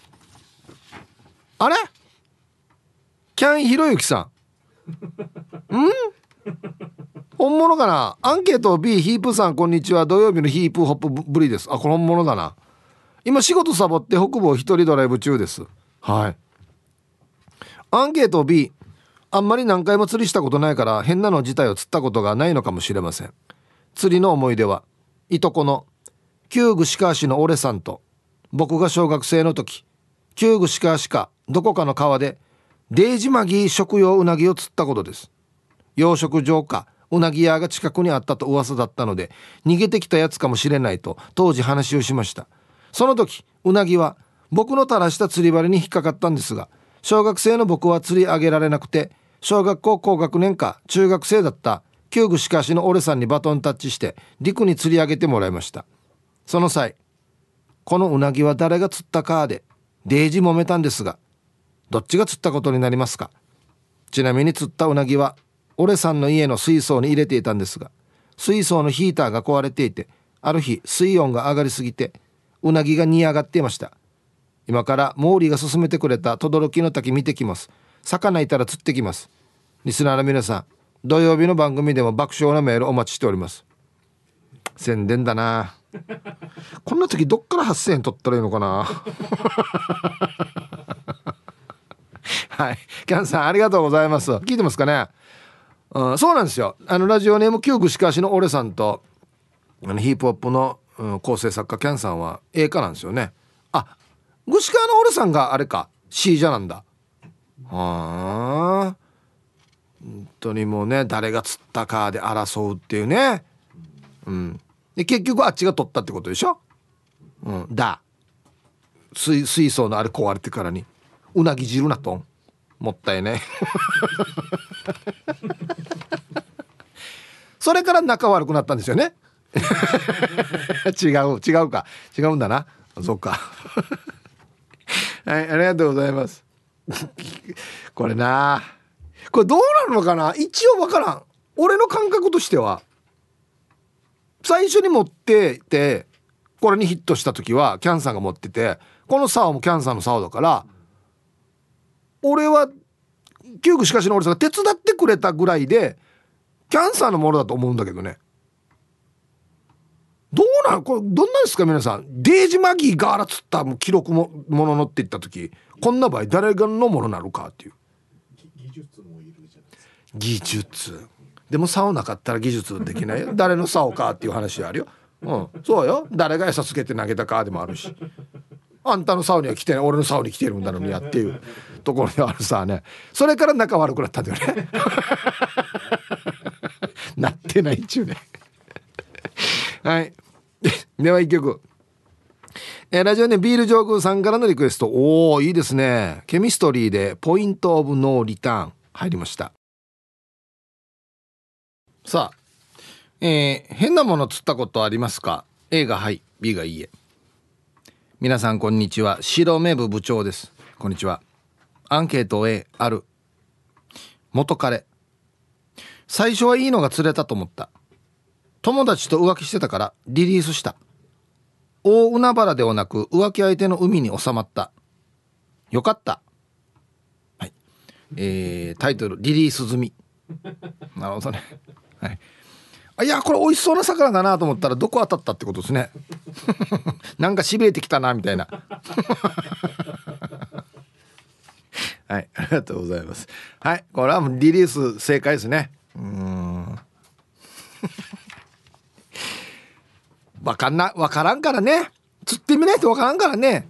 あれキャンひろゆきさん本物かな。アンケート B。 ヒープさんこんにちは。土曜日のヒープホップぶりです。あ、これ本物だな。今仕事サボって北部を一人ドライブ中です。はい。アンケート B。 あんまり何回も釣りしたことないから変なの自体を釣ったことがないのかもしれません。釣りの思い出はいとこの旧串川市のオレさんと、僕が小学生の時、旧串川市かどこかの川でデージマギー食用ウナギを釣ったことです。養殖場かウナギ屋が近くにあったと噂だったので、逃げてきたやつかもしれないと当時話をしました。その時ウナギは僕の垂らした釣り針に引っかかったんですが、小学生の僕は釣り上げられなくて、小学校高学年か中学生だった旧串川市のオレさんにバトンタッチして陸に釣り上げてもらいました。その際、このウナギは誰が釣ったかでデージ揉めたんですが、どっちが釣ったことになりますか。ちなみに釣ったウナギはオレさんの家の水槽に入れていたんですが、水槽のヒーターが壊れていて、ある日水温が上がりすぎてウナギが煮上がっていました。今からモーリーが勧めてくれた轟の滝見てきます。魚いたら釣ってきます。リスナーの皆さん、土曜日の番組でも爆笑なメールお待ちしております。宣伝だな。こんな時どっから8000円取ったらいいのかな。はい、キャンさんありがとうございます。聞いてますかね。そうなんですよ。ラジオネーム旧串川市のオレさんとヒープホップの、構成作家キャンさんは A 化なんですよね。あ、串川のオレさんがあれか C じゃなんだ。はあ、本当にもうね、誰が釣ったかで争うっていうね。で結局あっちが取ったってことでしょ。水槽のあれ壊れてからにうなぎ汁なとんもったいね。それから仲悪くなったんですよね。違うか、違うんだな。そうか。はい、ありがとうございます。これどうなるのかな。一応わからん。俺の感覚としては最初に持っててこれにヒットした時はキャンさんが持ってて、この竿もキャンさんの竿だから、俺は旧串川市の俺さんが手伝ってくれたぐらいでキャンさんのものだと思うんだけどね。どうなのこれ、どんなんですか皆さん。デージマギーガーラ釣った記録もののって言った時、こんな場合誰がのものなのかっていう技術もいるじゃないですか。 技術でも竿なかったら技術できないよ。誰の竿かっていう話あるよ。そうよ。誰が餌つけて投げたかでもあるし、あんたの竿には来てない、俺の竿に来てるんだろうにやっていうところであるさね。それから仲悪くなったんだよね。なってないっちゅうね。はい。では一曲、ラジオネームビール上空さんからのリクエスト。おー、いいですね。ケミストリーでポイントオブノーリターン入りました。さあ、変なもの釣ったことありますか。 A がはい、 B がいいえ。皆さんこんにちは、白目部部長です。こんにちは。アンケート A ある。元彼、最初はいいのが釣れたと思った。友達と浮気してたからリリースした。大海原ではなく浮気相手の海に収まった。よかった。 タイトルリリース済み。なるほどね、はい、いやこれ美味しそうな魚だなと思ったらどこ当たったってことですねなんかしびれてきたなみたいなはい、ありがとうございます。はい、これはもうリリース正解ですね。わからんからね、釣ってみないとわからんからね。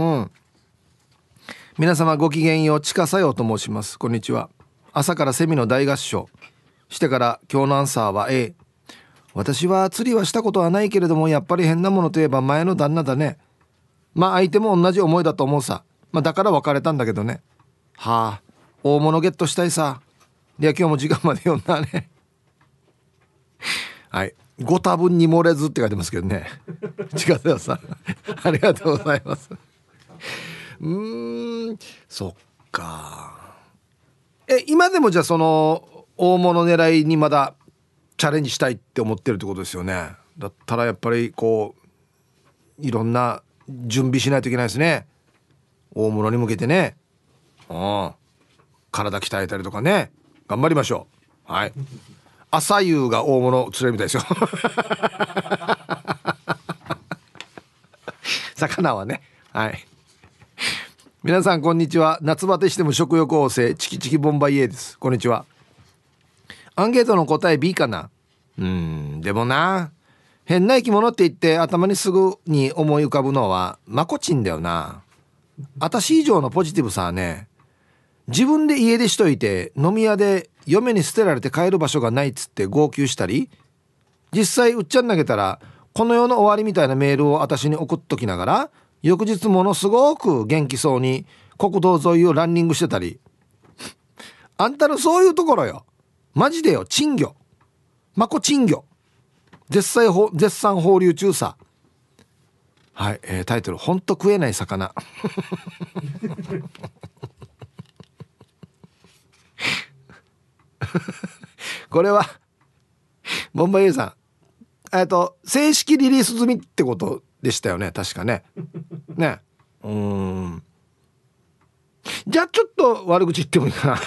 皆様ごきげんよう、ちかさようと申します。こんにちは。朝からセミの大合唱してから今日のアンサーは A。 私は釣りはしたことはないけれども、やっぱり変なものといえば前の旦那だね。まあ相手も同じ思いだと思うさ。だから別れたんだけどね。はあ、大物ゲットしたいさ。いや今日も時間まで読んだねはい、ご多分に漏れずって書いてますけどね近田さんありがとうございます。そっか。今でもじゃあその大物狙いにまだチャレンジしたいって思ってるってことですよね。だったらやっぱりこういろんな準備しないといけないですね。大物に向けてね。体鍛えたりとかね、頑張りましょう。はい、朝夕が大物釣れるみたいですよ魚はね。はい、皆さんこんにちは。夏バテしても食欲旺盛、チキチキボンバイエーです。こんにちは。アンケートの答え B かな。でもな、変な生き物って言って頭にすぐに思い浮かぶのはマコチンだよな。私以上のポジティブさはね、自分で家出しといて飲み屋で嫁に捨てられて帰る場所がないっつって号泣したり、実際うっちゃん投げたらこの世の終わりみたいなメールを私に送っときながら、翌日ものすごく元気そうに国道沿いをランニングしてたりあんたのそういうところよ、マジでよ、珍魚、マコ珍魚絶賛放流中さ。はい、タイトルほんと食えない魚これはボンバイエーさん、正式リリース済みってことでしたよね、確かね。ね、じゃあちょっと悪口言ってもいいかな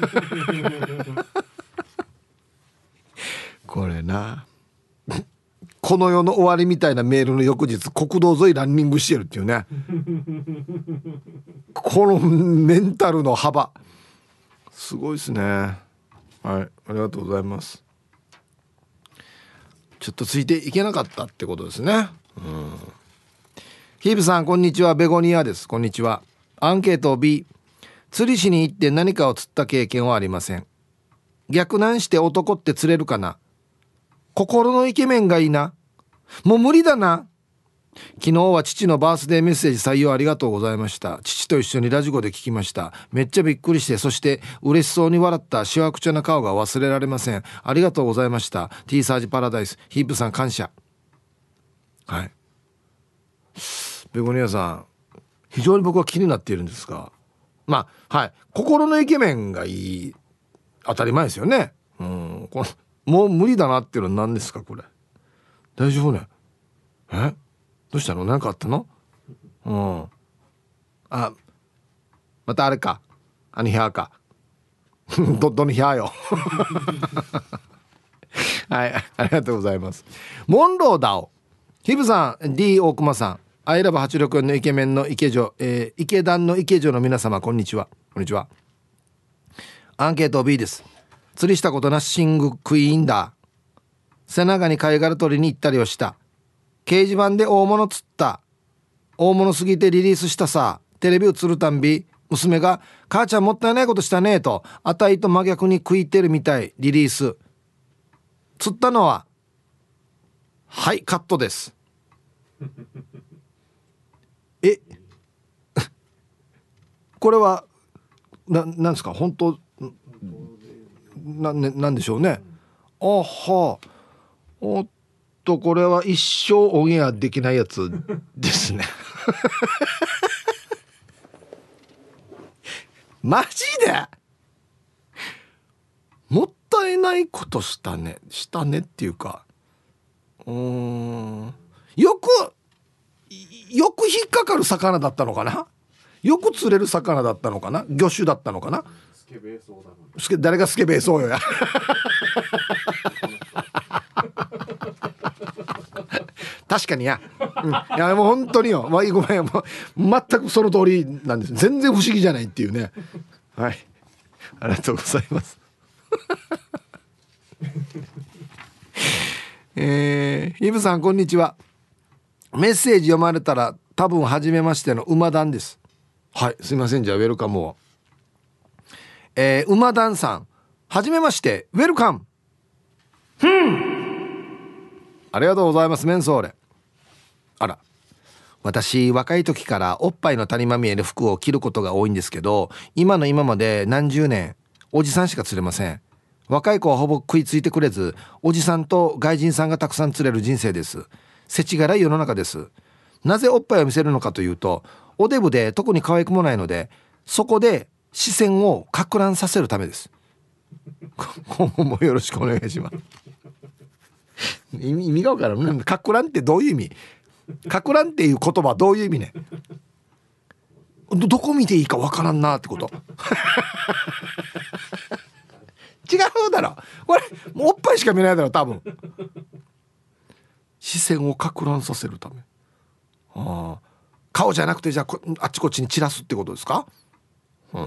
これな、この世の終わりみたいなメールの翌日国道沿いランニングしてるっていうねこのメンタルの幅すごいですね。はい、ありがとうございます。ちょっとついていけなかったってことですね。ヒーブさんこんにちは、ベゴニアです。こんにちは。アンケート B。 釣りしに行って何かを釣った経験はありません。逆難して男って釣れるかな。心のイケメンがいいな。もう無理だな。昨日は父のバースデーメッセージ採用ありがとうございました。父と一緒にラジコで聞きました。めっちゃびっくりして、そして嬉しそうに笑ったしわくちゃな顔が忘れられません。ありがとうございました。 T サージパラダイス。ヒープさん感謝。はい、ベゴニアさん非常に僕は気になっているんですが、はい、心のイケメンがいい、当たり前ですよね。このもう無理だなっていうのは何ですかこれ。大丈夫ね。どうしたの、何かあったの。またあれか、アニヒャーかどのヒャーよはい、ありがとうございます。モンローダオ、ヒブさん、 D 大熊さん、アイラブ864のイケメンの池女、池団の池女の皆様こんにちは。こんにちは。アンケート B です。釣りしたことなしシングクイーンだ。背中に貝殻取りに行ったりをした。掲示板で大物釣った。大物すぎてリリースしたさ。テレビを釣るたんび娘が母ちゃんもったいないことしたねとあたいと真逆に食いてるみたい。リリース釣ったのははいカットですこれはなんですか、本当なんでしょうね。おっとこれは一生オンエアできないやつですねマジでもったいないことしたねっていうか、よく引っかかる魚だったのかな。 よく釣れる魚だったのかな、魚種だったのかな。 スケベそうだろう。 誰がスケベそうよや確かにや、いやもう本当によ、ごめん、もう全くその通りなんです。全然不思議じゃないっていうね。はい、ありがとうございますイブさんこんにちは。メッセージ読まれたら多分初めましての馬団です。はい、すいません、じゃあウェルカムを。馬団さんはじめまして、ウェルカム。ありがとうございます。メンソーレ。あら、私若い時からおっぱいの谷間見える服を着ることが多いんですけど、今まで何十年おじさんしか釣れません。若い子はほぼ食いついてくれず、おじさんと外人さんがたくさん釣れる人生です。世知辛い世の中です。なぜおっぱいを見せるのかというと、おデブで特に可愛くもないので、そこで視線を撹乱させるためです。今後もよろしくお願いします意味が分からん。撹乱ってどういう意味？撹乱っていう言葉はどういう意味ね。どこ見ていいか分からんなってこと違うだろこれ。もうおっぱいしか見ないだろ多分。視線を撹乱させるため。顔じゃなくて、じゃああっちこっちに散らすってことですか？はい、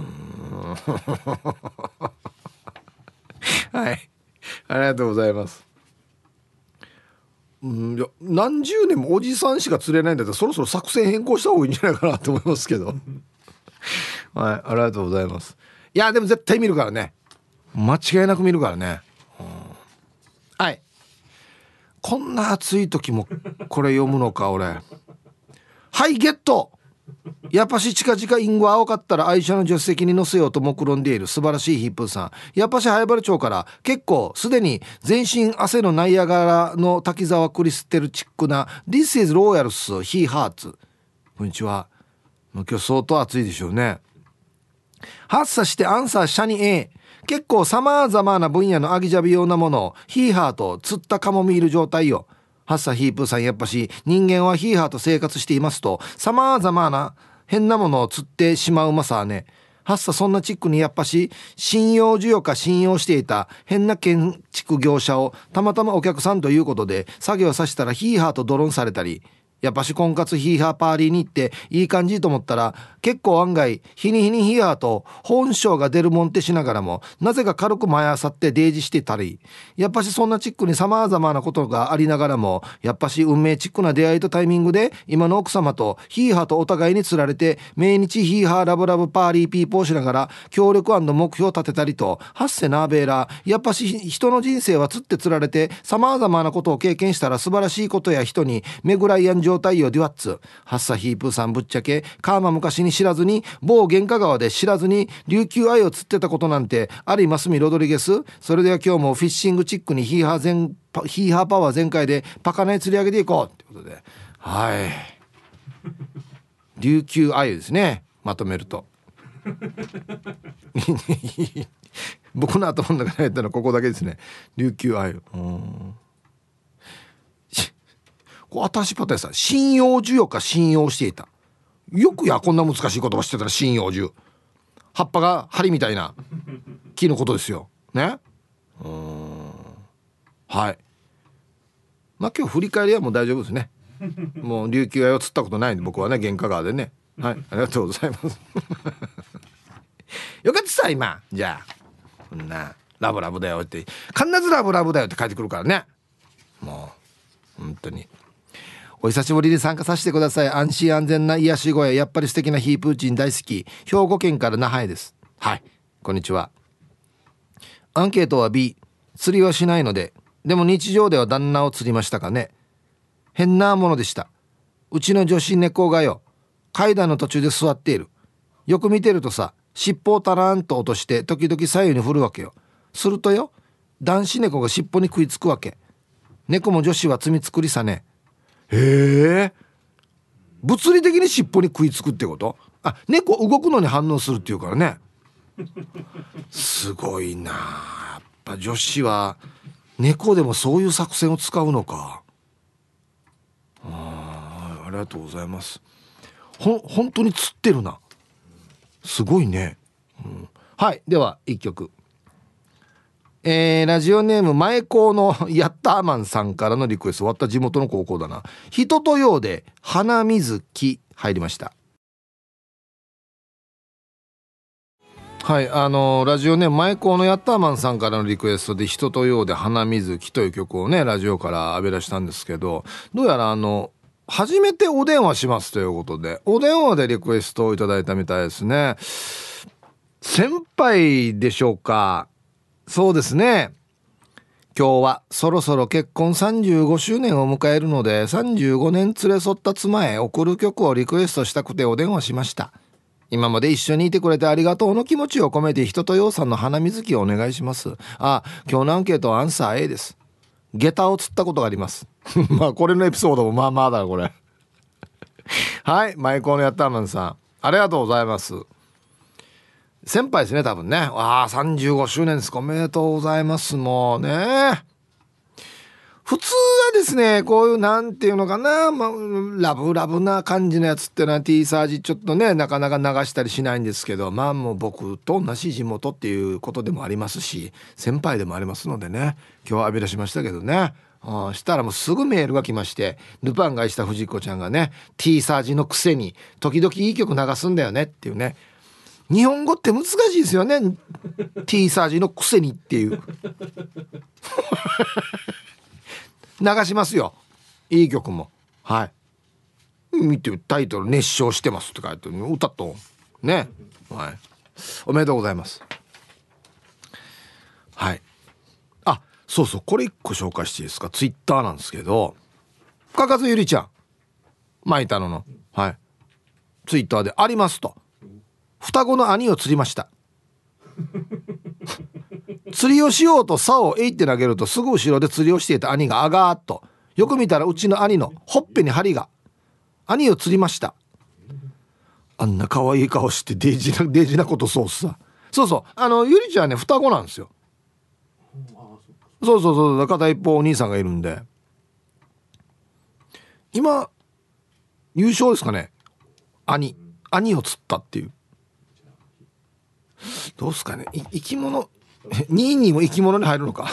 ありがとうございます。いや何十年もおじさんしか釣れないんだったら、そろそろ作戦変更した方がいいんじゃないかなと思いますけどはい、ありがとうございます。いやでも絶対見るからね、間違いなく見るからね。はい、こんな暑い時もこれ読むのか俺。はい、ゲット。やっぱし近々インゴ青かったら愛車の助手席に乗せようと目論んでいる素晴らしいヒップーさん。やっぱし早原町から結構すでに全身汗のナイアガラの滝沢クリステルチックな This is Royals He Hearts。 こんにちは。今日相当暑いでしょうね。発作してアンサーシャニ A。 結構さまざまな分野のアギジャビ用なものをヒーハーと釣ったカモミール状態よ。ハッサヒープーさん、やっぱし人間はヒーハーと生活していますとさまざまな変なものを釣ってしまうまさね。ハッサそんなチックにやっぱし信用需要か信用していた変な建築業者をたまたまお客さんということで作業させたらヒーハーとドローンされたり、やっぱし婚活ヒーハーパーリーに行っていい感じと思ったら結構案外日に日にヒーハーと本性が出るもんってしながらもなぜか軽く前あさってデージしてたり、やっぱしそんなチックに様々なことがありながらもやっぱし運命チックな出会いとタイミングで今の奥様とヒーハーとお互いに釣られて命日ヒーハーラブラブパーリーピーポーしながら協力&目標を立てたりと、ハッセナーベーラー、やっぱし人の人生は釣って釣られて様々なことを経験したら素晴らしいことや人にめぐらいやん状態よデュワッツ。ハッサヒープーさんぶっちゃけカーマ昔に知らずに某玄華川で知らずに琉球愛を釣ってたことなんてありますみロドリゲス。それでは今日もフィッシングチックにヒーハーパワー全開でパカナイ釣り上げていこうってことで、はい琉球愛ですね、まとめると僕の頭の中に入ったのはここだけですね、琉球愛。新しいパターンさ、信用需要か信用していた。よくやこんな難しい言葉してたら信用樹、葉っぱが針みたいな木のことですよね。はい、まあ今日振り返りはもう大丈夫ですね。もう琉球愛を釣ったことないんで僕はね、玄華川でね。はい、ありがとうございますよかったさ今。じゃあこんなラブラブだよって必ずラブラブだよって書いてくるからね。もう本当にお久しぶりに参加させてください。安心安全な癒し声、やっぱり素敵なヒープーチン大好き。兵庫県から那覇へです。はい、こんにちは。アンケートは B。 釣りはしないので、でも日常では旦那を釣りましたかね。変なものでした。うちの女子猫がよ、階段の途中で座っている。よく見てるとさ、尻尾をタラーンと落として時々左右に振るわけよ。するとよ、男子猫が尻尾に食いつくわけ。猫も女子は罪作りさね。へえ、物理的に尻尾に食いつくってこと？あ、猫動くのに反応するっていうからね。すごいな。やっぱ女子は猫でもそういう作戦を使うのか。ありがとうございます。本当に釣ってるな。 すごいね、はい。では一曲、ラジオネーム前高のヤッターマンさんからのリクエスト。終わった地元の高校だな。人とようで花水木入りました。はい、ラジオネーム前高のヤッターマンさんからのリクエストで人とようで花水木という曲をねラジオから浴び出したんですけど、どうやら初めてお電話しますということでお電話でリクエストをいただいたみたいですね。先輩でしょうか。そうですね。今日はそろそろ結婚35周年を迎えるので35年連れ添った妻へ送る曲をリクエストしたくてお電話しました。今まで一緒にいてくれてありがとうの気持ちを込めて人とようさんの花水木をお願いします。今日のアンケートはアンサー A です。下駄を釣ったことがありますまあこれのエピソードもまあまあだこれはい、マイコーのヤッターマンさんありがとうございます。先輩ですね多分ね。35周年ですか。おめでとうございます。もうね普通はですねこういうなんていうのかな、ラブラブな感じのやつってのは T サージちょっとねなかなか流したりしないんですけど、もう僕と同じ地元っていうことでもありますし先輩でもありますのでね、今日は浴び出しましたけどね。したらもうすぐメールが来まして、ルパンがした藤子ちゃんがね T サージのくせに時々いい曲流すんだよねっていうね。日本語って難しいですよねT サージのくせにっていう流しますよいい曲も。はい見てタイトル熱唱してますって書いてる歌とね。はい、おめでとうございます。はい、そうそうこれ一個紹介していいですか。ツイッターなんですけど深津ゆりちゃんマイタノのはいツイッターでありますと、双子の兄を釣りました釣りをしようと竿をえいって投げるとすぐ後ろで釣りをしていた兄があがーっと、よく見たらうちの兄のほっぺに針が。兄を釣りました。あんな可愛い顔してデイジなことそうさ。そうゆりちゃんね双子なんですよ。そう片一方お兄さんがいるんで今優勝ですかね。兄を釣ったっていう。どうすかね生き物2位にも生き物に入るのか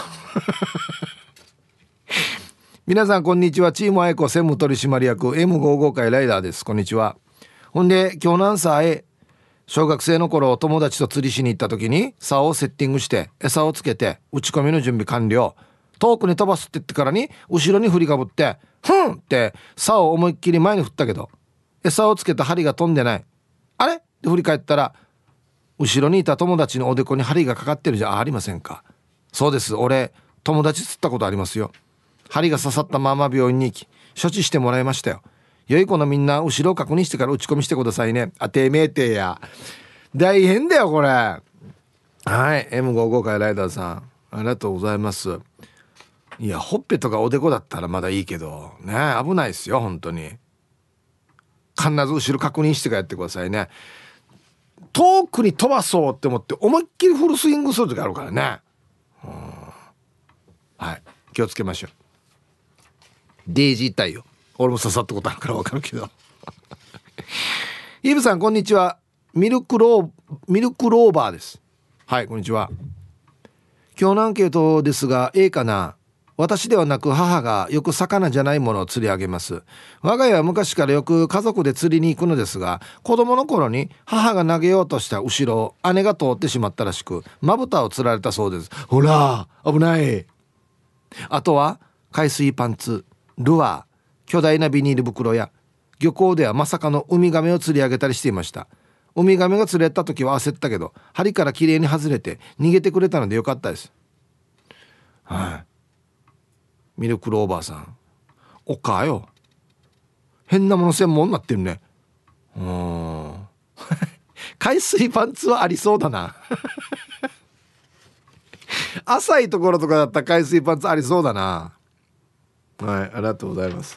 皆さんこんにちは。チームアイコ専務取締役 M55 回ライダーです。こんにちは。ほんで今日のアンサー A、 小学生の頃友達と釣りしに行った時に竿をセッティングして餌をつけて打ち込みの準備完了、遠くに飛ばすって言ってからに後ろに振りかぶってふんって竿を思いっきり前に振ったけど餌をつけた針が飛んでない。あれで振り返ったら後ろにいた友達のおでこに針がかかってるじゃありませんか。そうです、俺友達釣ったことありますよ。針が刺さったまま病院に行き処置してもらいましたよ。良い子のみんな後ろを確認してから打ち込みしてくださいね。てめえてや大変だよこれ。はい、 M55 回ライダーさんありがとうございます。いやほっぺとかおでこだったらまだいいけどね危ないですよ本当に。必ず後ろ確認してからやってくださいね。遠くに飛ばそうって思って思いっきりフルスイングする時あるからね。はい気をつけましょう。デイジー痛いよ。俺も刺さったことあるから分かるけどイブさんこんにちは。ミルクローバーです。はいこんにちは。今日のアンケートですが A かな。私ではなく母がよく魚じゃないものを釣り上げます。我が家は昔からよく家族で釣りに行くのですが、子供の頃に母が投げようとした後ろを姉が通ってしまったらしくまぶたを釣られたそうです。ほら危ない。あとは海水パンツ、ルアー、巨大なビニール袋や漁港ではまさかのウミガメを釣り上げたりしていました。ウミガメが釣れた時は焦ったけど針からきれいに外れて逃げてくれたのでよかったです。はい、ミルクローバーさんおかよ変なもの専門になってるね。海水パンツはありそうだな浅いところとかだったら海水パンツありそうだな。はいありがとうございます。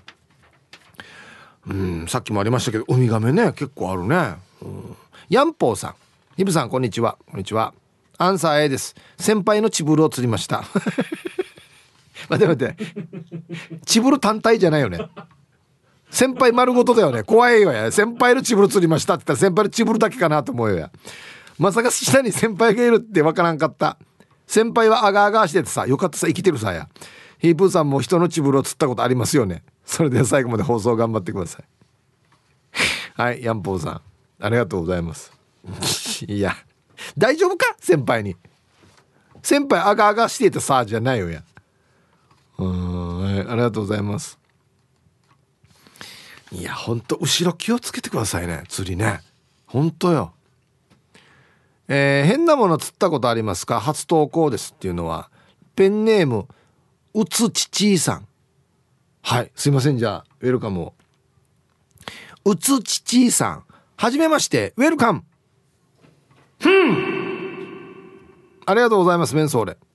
さっきもありましたけどウミガメね結構あるね。ヤンポーさんイブさんこんにちは。こんにちは。アンサー A です。先輩のチブルを釣りました待ってチブル単体じゃないよね。 先輩丸ごとだよね。怖いよや。先輩のチブル釣りましたって言ったら先輩のチブルだけかなと思うよや。まさか下に先輩がいるってわからんかった。先輩はアガアガしててさ、よかったさ、生きてるさや。ヒープーさんも人のチブルを釣ったことありますよね。それでは最後まで放送頑張ってください。はい、ヤンポーさんありがとうございます。いや大丈夫か、先輩に。先輩アガアガしててさじゃないよや。はい、ありがとうございます。いやほんと後ろ気をつけてくださいね、釣りね。ほんとよ。変なもの釣ったことありますか？初投稿ですっていうのはペンネームうつちちさん。はい、すいません、じゃあウェルカムを。うつちちさん、はじめまして、ウェルカム。ありがとうございます。メンソーレ。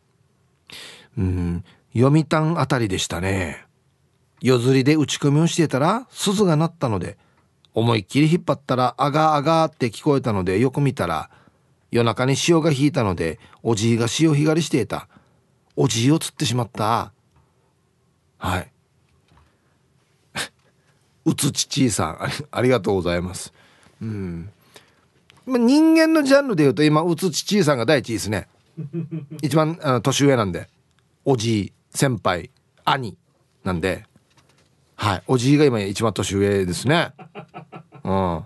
読谷あたりでしたね。夜釣りで打ち込みをしていたら鈴が鳴ったので思いっきり引っ張ったらあがあがって聞こえたのでよく見たら夜中に潮が引いたのでおじいが潮干狩りしていた。おじいを釣ってしまった。はい。うつちちさん ありがとうございます。人間のジャンルでいうと今うつちちさんが第一位ですね。一番年上なんで、おじい、先輩、兄なんで、はい、おじいが今一番年上ですね。はい、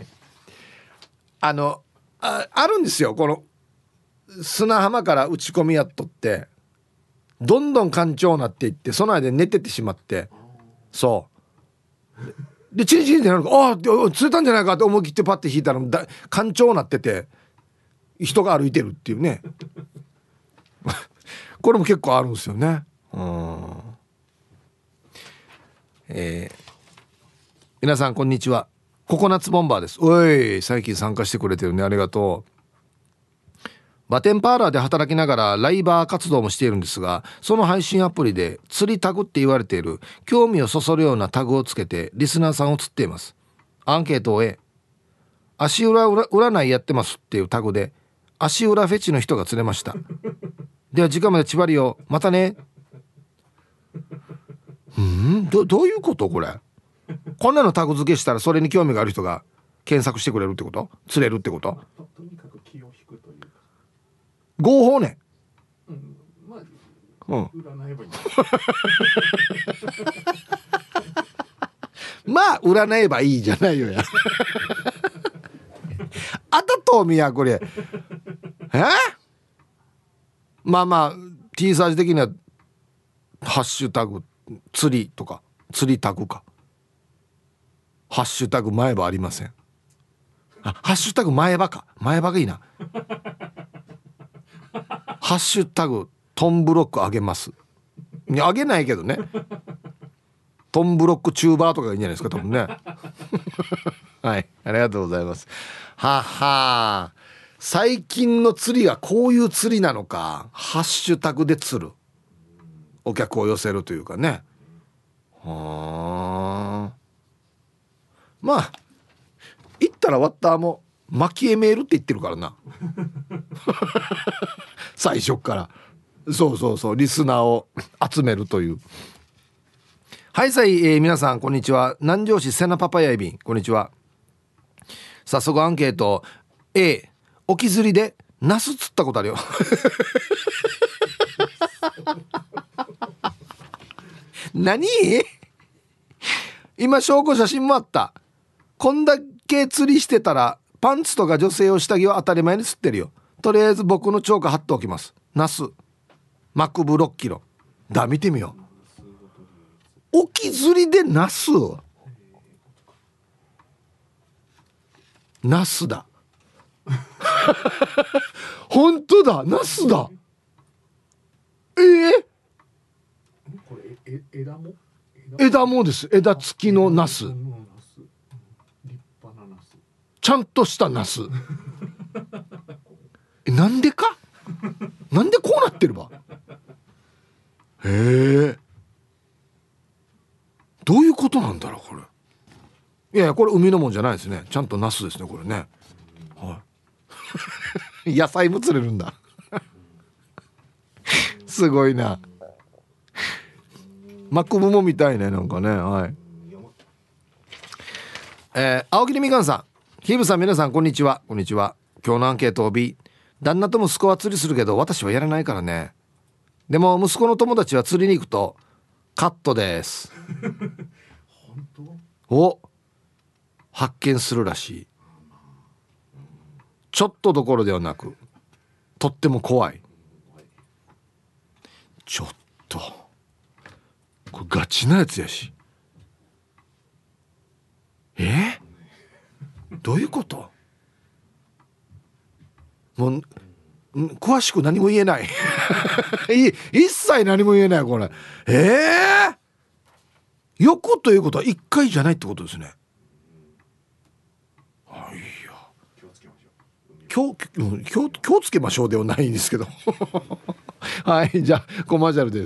あるんですよ、この砂浜から打ち込みやっとってどんどん干潮になっていって、その間に寝ててしまって、そうでチリチリってなるから、ああ釣れたんじゃないかって思い切ってパッて引いたら干潮になってて人が歩いてるっていうね。これも結構あるんですよね。皆さんこんにちは、ココナッツボンバーです。おい、最近参加してくれてるね、ありがとう。バテンパーラーで働きながらライバー活動もしているんですが、その配信アプリで釣りタグって言われている興味をそそるようなタグをつけてリスナーさんを釣っています。アンケートを足裏占いやってますっていうタグで足裏フェチの人が釣れました。では時間まで縛りを、またね。どういうことこれ。こんなのタグ付けしたらそれに興味がある人が検索してくれるってこと？釣れるってこと？ とにかく気を引くというか合法ね。 まあ、占えばいいまあ占えばいいじゃないよや。あたとみやこれ。まあまあ T サージ的にはハッシュタグ釣りとか釣りタグか、ハッシュタグ前歯ありません。ハッシュタグ前歯か、前歯がいいな。ハッシュタグトンブロックあげます。あげないけどね。トンブロックチューバーとかがいいんじゃないですか多分ね。はい、ありがとうございます。はは、最近の釣りがこういう釣りなのか。ハッシュタグで釣る、お客を寄せるというかね。はあ、まあ行ったらワッターも巻き絵メールって言ってるからな。最初からそうリスナーを集めるという。はいさい、皆さんこんにちは。南城市セナパパヤイビン、こんにちは。早速アンケート。沖釣りでナス釣ったことあるよ。何？今証拠写真もあった。こんだけ釣りしてたらパンツとか女性用下着は当たり前に釣ってるよ。とりあえず僕のチョーク貼っておきます。ナスマクブ6キロだ、見てみよう。沖釣りでナス、ナスだ。本当だ、ナスだ。 これ枝もです。枝付きのナス、 立派なナス、 ちゃんとしたナス。なんでか、なんでこうなってるば。どういうことなんだろうこれ。いやいや、これ海のもんじゃないですね。ちゃんとナスですねこれね。はい。野菜も釣れるんだ。すごいな。 マクブモみたいね、なんかね。はい。青桐みかんさん、ヒブさん、皆さんこんにちは。こんにちは。今日のアンケートを B、 旦那と息子は釣りするけど私はやらないからね。でも息子の友達は釣りに行くとカットです本当を発見するらしい。ちょっとどころではなくとっても怖い。ちょっとこれガチなやつやし。どういうこと？もう詳しく何も言えない一切何も言えないこれ。よくということは1回じゃないってことですね。いや気をつけましょうではないんですけどはい、じゃあコマーシャルです。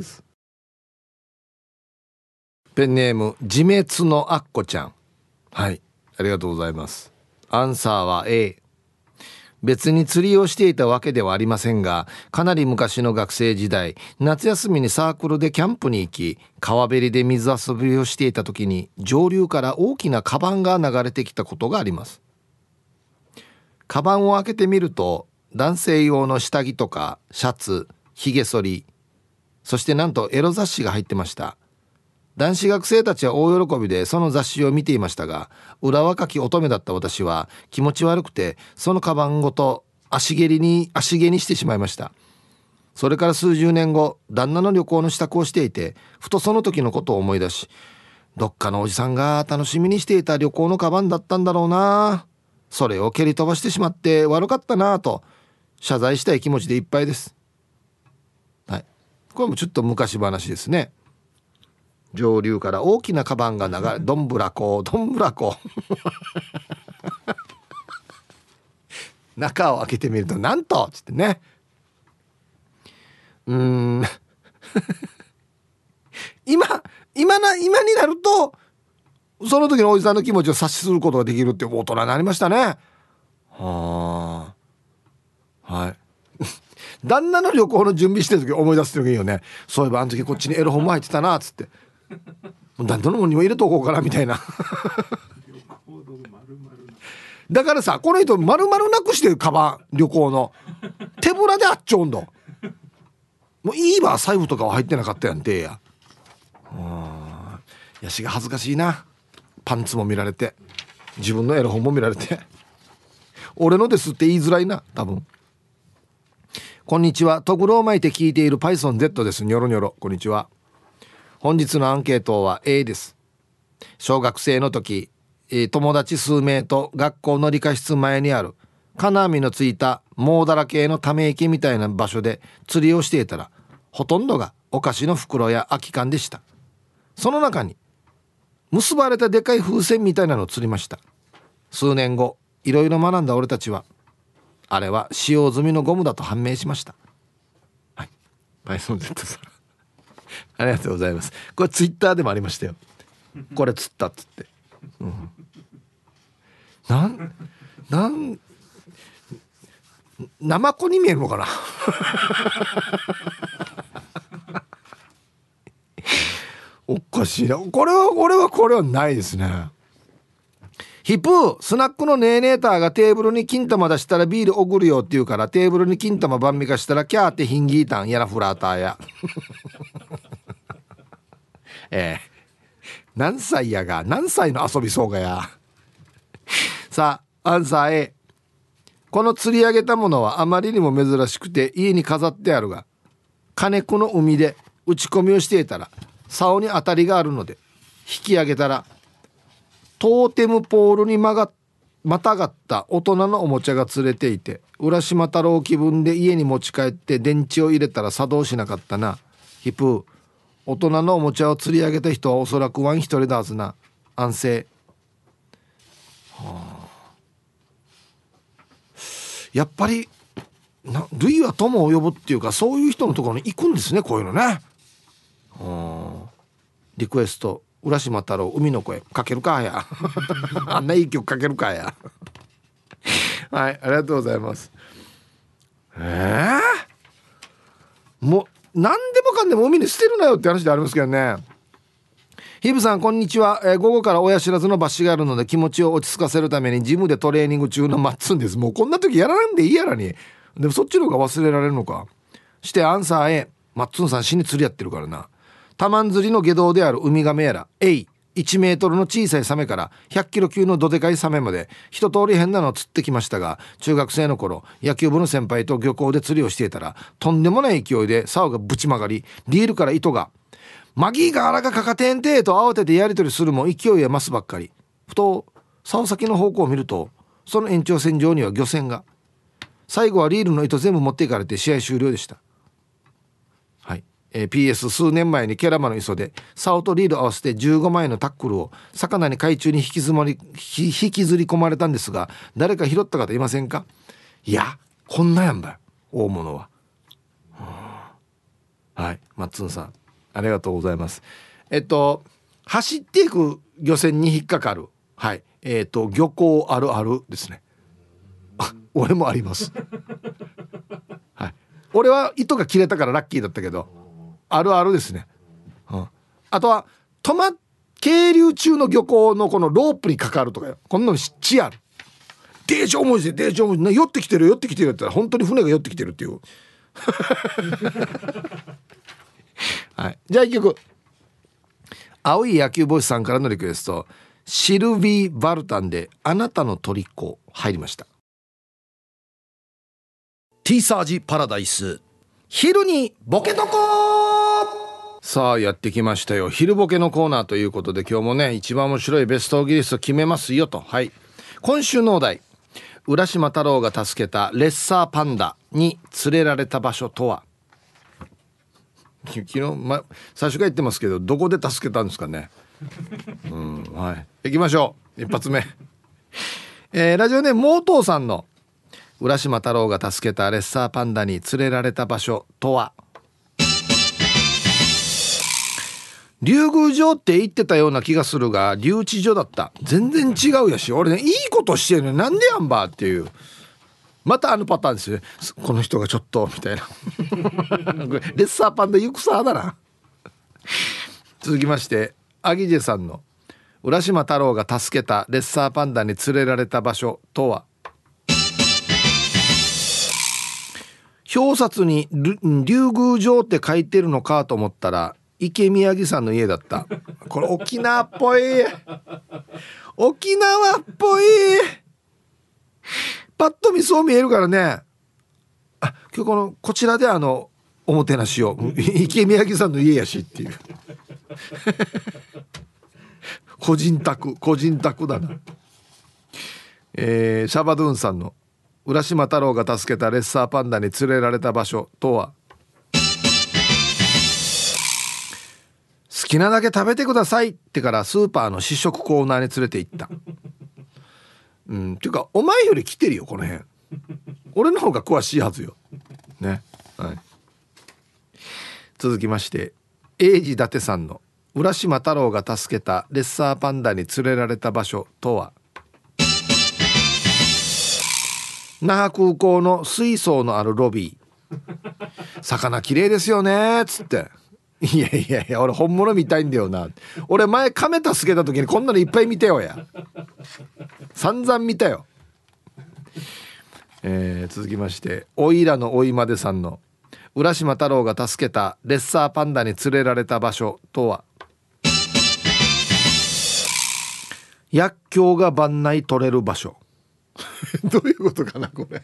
ペンネーム自滅のあっこちゃん、はい、ありがとうございます。アンサーは A。 別に釣りをしていたわけではありませんが、かなり昔の学生時代、夏休みにサークルでキャンプに行き、川べりで水遊びをしていた時に上流から大きなカバンが流れてきたことがあります。カバンを開けてみると男性用の下着とかシャツ、ひげ剃り、そしてなんとエロ雑誌が入ってました。男子学生たちは大喜びでその雑誌を見ていましたが、裏若き乙女だった私は気持ち悪くてそのカバンごと足蹴にしてしまいました。それから数十年後、旦那の旅行の支度をしていて、ふとその時のことを思い出し、どっかのおじさんが楽しみにしていた旅行のカバンだったんだろうな、それを蹴り飛ばしてしまって悪かったなと謝罪したい気持ちでいっぱいです。はい、これもちょっと昔話ですね。上流から大きなカバンがどんぶらこ中を開けてみるとなんとつってね。今になるとその時のおじさんの気持ちを察することができるって大人になりましたね。はい旦那の旅行の準備してる時思い出す時いいよね。そういえばあの時こっちにエロ本も入ってたなっつって、旦那のもんにも入れとこうかなみたいなだからさ、この人丸々なくしてるカバン、旅行の手ぶらであっちょんどもういいわ、財布とかは入ってなかったやんてや。やしが恥ずかしいな。パンツも見られて自分のエロ本も見られて俺のですって言いづらいな多分。こんにちは、とぐろを巻いて聞いている PythonZ です。ニョロニョロ、こんにちは。本日のアンケートは A です。小学生の時、友達数名と学校の理科室前にある金網のついた猛だらけのため池みたいな場所で釣りをしていたら、ほとんどがお菓子の袋や空き缶でした。その中に結ばれたでかい風船みたいなのを釣りました。数年後、いろいろ学んだ俺たちはあれは使用済みのゴムだと判明しました。はい、バイソン Z さんありがとうございます。これツイッターでもありましたよ。これ釣ったっつって、ナマコに見えるのかなおかしいな。これはないですね。ヒプー、スナックのネーネーターがテーブルに金玉出したらビールおぐるよって言うから、テーブルに金玉晩味化したらキャーってヒンギータンやらフラーターや何歳やが、何歳の遊びそうがやさあアンサー A。 この釣り上げたものはあまりにも珍しくて家に飾ってあるが、金子の海で打ち込みをしていたら竿に当たりがあるので引き上げたら、トーテムポールにまたがった大人のおもちゃが釣れていて、浦島太郎気分で家に持ち帰って電池を入れたら作動しなかったな。ヒプー、大人のおもちゃを釣り上げた人はおそらくワン一人だはずな。安静。やっぱり類は友を呼ぶっていうか、そういう人のところに行くんですね、こういうのね。リクエスト、浦島太郎海の声かけるかやあんないい曲かけるかやはい、ありがとうございます。もう何でもかんでも海に捨てるなよって話でありますけどね。 ヒブさんこんにちは、午後から親知らずの抜歯があるので気持ちを落ち着かせるためにジムでトレーニング中のマッツンです。もうこんな時やらなんでいいやらに。でもそっちの方が忘れられるのか。してアンサー A、 マッツンさん死に釣りやってるからな。タマン釣りの下道であるウミガメやら 1メートルの小さいサメから100キロ級のどでかいサメまで一通り変なのを釣ってきましたが、中学生の頃野球部の先輩と漁港で釣りをしていたらとんでもない勢いで竿がぶち曲がり、リールから糸がマギーが荒がかかてんてと慌ててやり取りするも勢いは増すばっかり。ふと竿先の方向を見るとその延長線上には漁船が。最後はリールの糸全部持っていかれて試合終了でした。はい、PS 数年前にケラマの磯で竿とリール合わせて15万円のタックルを魚に海中に引きずり込まれたんですが、誰か拾った方いませんか？いやこんなやんば大物は。はい、マッツンさんありがとうございます。走っていく漁船に引っかかる、はい、漁港あるあるですね。俺もあります、はい、俺は糸が切れたからラッキーだったけどあるあるですね、うん、あとは係留中の漁港のこのロープにかかるとかよ、こんなのちある。デージ重いですね、デージ重い、寄ってきてるって言ったら本当に船が寄ってきてるっていうはい、じゃあ一曲、青い野球帽子さんからのリクエスト、シルビー・バルタンであなたの虜入りました。ティーサージパラダイス、昼にボケとこ。さあやってきましたよ、昼ボケのコーナーということで、今日もね一番面白いベストオギリスト決めますよと。はい、今週のお題、浦島太郎が助けたレッサーパンダに連れられた場所とは。昨日、最初から言ってますけど、どこで助けたんですかね。はい、行きましょう。一発目、ラジオネームモートーさんの浦島太郎が助けたレッサーパンダに連れられた場所とは。竜宮城って言ってたような気がするが留置所だった。全然違うやし、俺ねいいことしてるのになんでやんばっていう、またあのパターンですよね。この人がちょっとみたいなレッサーパンダ行くさだな。続きまして、アギジェさんの浦島太郎が助けたレッサーパンダに連れられた場所とは。表札に竜宮城って書いてるのかと思ったら池宮城さんの家だった。これ沖縄っぽい沖縄っぽい、パッと見そう見えるからね。あ、今日こちらでおもてなしを池宮城さんの家やしっていう個人宅だな。シャバドゥンさんの浦島太郎が助けたレッサーパンダに連れられた場所とは。好きなだけ食べてくださいってからスーパーの試食コーナーに連れて行った。っていうかお前より来てるよこの辺。俺の方が詳しいはずよね。はい、続きまして、英治伊達さんの浦島太郎が助けたレッサーパンダに連れられた場所とは。那覇空港の水槽のあるロビー。魚綺麗ですよねっつって、いや俺本物見たいんだよな。俺前亀助けた時にこんなのいっぱい見てよや、散々見たよ。続きまして、おいらのおいまでさんの浦島太郎が助けたレッサーパンダに連れられた場所とは。薬莢が番内取れる場所どういうことかなこれ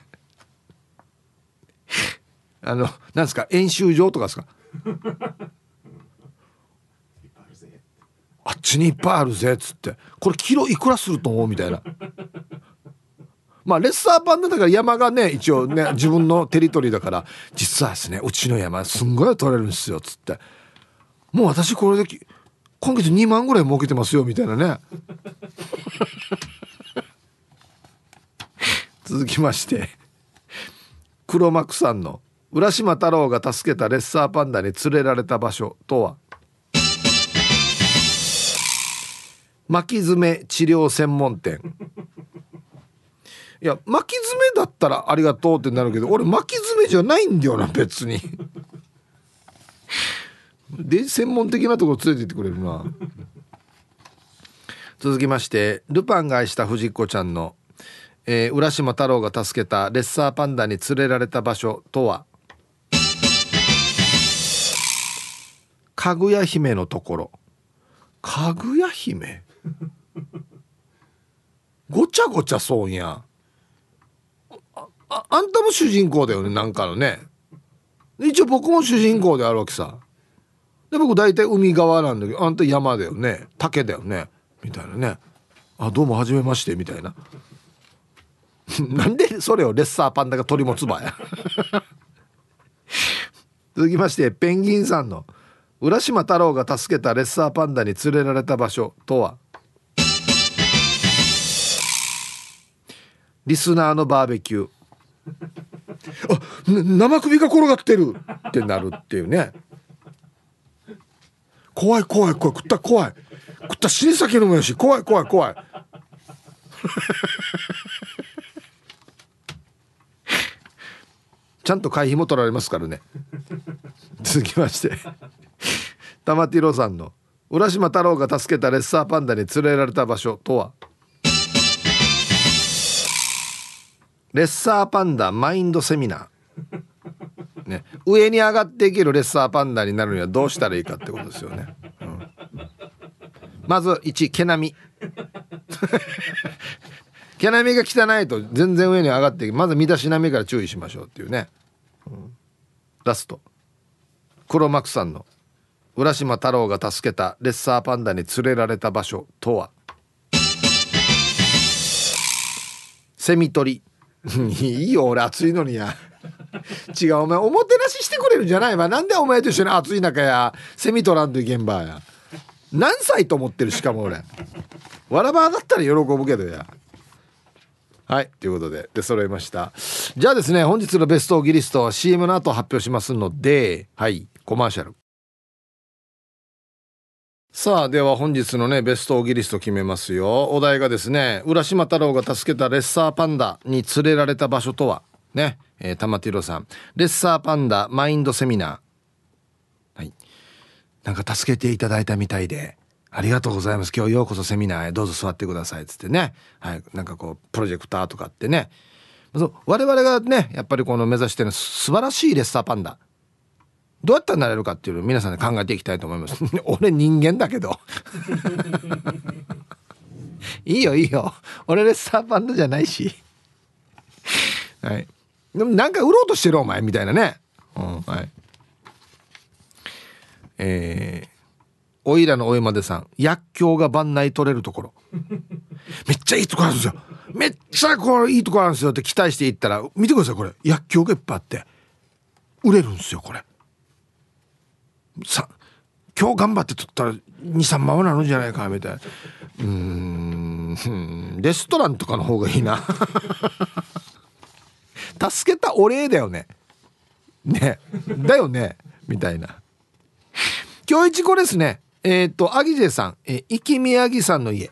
なんですか、演習場とかですかあっちにいっぱいあるぜっつって、これキロいくらすると思うみたいな。まあレッサーパンダだから山がね一応ね自分のテリトリーだから、実はですねうちの山すんごい取れるんですよっつって、もう私これで今月2万ぐらい儲けてますよみたいなね続きまして、黒幕さんの浦島太郎が助けたレッサーパンダに連れられた場所とは。巻き爪治療専門店。いや巻き爪だったらありがとうってなるけど、俺巻き爪じゃないんだよな別にで専門的なところ連れて行ってくれるな。 続きまして、ルパンが愛した藤子ちゃんの、浦島太郎が助けたレッサーパンダに連れられた場所とは、かぐや姫のところ。かぐや姫ごちゃごちゃそうや。あんたも主人公だよね、なんかのね。一応僕も主人公であるわけさ。で僕大体海側なんだけど、あんた山だよね、竹だよねみたいなね。あ、どうも初めましてみたいななんでそれをレッサーパンダが取り持つばや続きまして、ペンギンさんの浦島太郎が助けたレッサーパンダに連れられた場所とは、リスナーのバーベキュー。あ、生首が転がってるってなるっていうね。怖い怖い怖い、食った怖い、食った死に酒飲むやし、怖い怖い怖いちゃんと会費も取られますからね。続きまして玉ティロさんの浦島太郎が助けたレッサーパンダに連れられた場所とは、レッサーパンダマインドセミナー、ね、上に上がっていけるレッサーパンダになるにはどうしたらいいかってことですよね、うん、まず1、毛並み毛並みが汚いと全然上に上がっていく。まず身だしなみから注意しましょうっていうね、うん、ラスト、黒幕さんの浦島太郎が助けたレッサーパンダに連れられた場所とは、セミ取りいいよ、俺暑いのにや違う、お前おもてなししてくれるんじゃないわ。なんでお前と一緒に暑い中やセミ取らんといけんばや。何歳と思ってる。しかも俺わらばだったら喜ぶけどや。はい、ということで出揃いました。じゃあですね、本日のベストギリストは CM の後発表しますので、はい、コマーシャル。さあ、では本日のねベストギリスト決めますよ。お題がですね、浦島太郎が助けたレッサーパンダに連れられた場所とはね、玉ティロさん、レッサーパンダマインドセミナー。はい、なんか助けていただいたみたいでありがとうございます。今日ようこそセミナーへどうぞ座ってくださいっつってね、はい、なんかこうプロジェクターとかってね、我々がねやっぱりこの目指してる素晴らしいレッサーパンダどうやったらなれるかっていうのを皆さんで考えていきたいと思います俺人間だけどいいよいいよ、俺レッサーパンダじゃないしはい、でもなんか売ろうとしてるお前みたいなね、うん、はい。おいらのおいまでさん、薬莢が番内取れるところめっちゃいいところあるんですよ、めっちゃこれいいところあるんですよって期待していったら、見てください、これ薬莢がいっぱいあって売れるんですよ。これさ、今日頑張って取ったら 2,3 万はなるんじゃないかみたいな。レストランとかの方がいいな助けたお礼だよね、ねだよねみたいな。今日一これですね、アギジェさん、生き宮城さんの家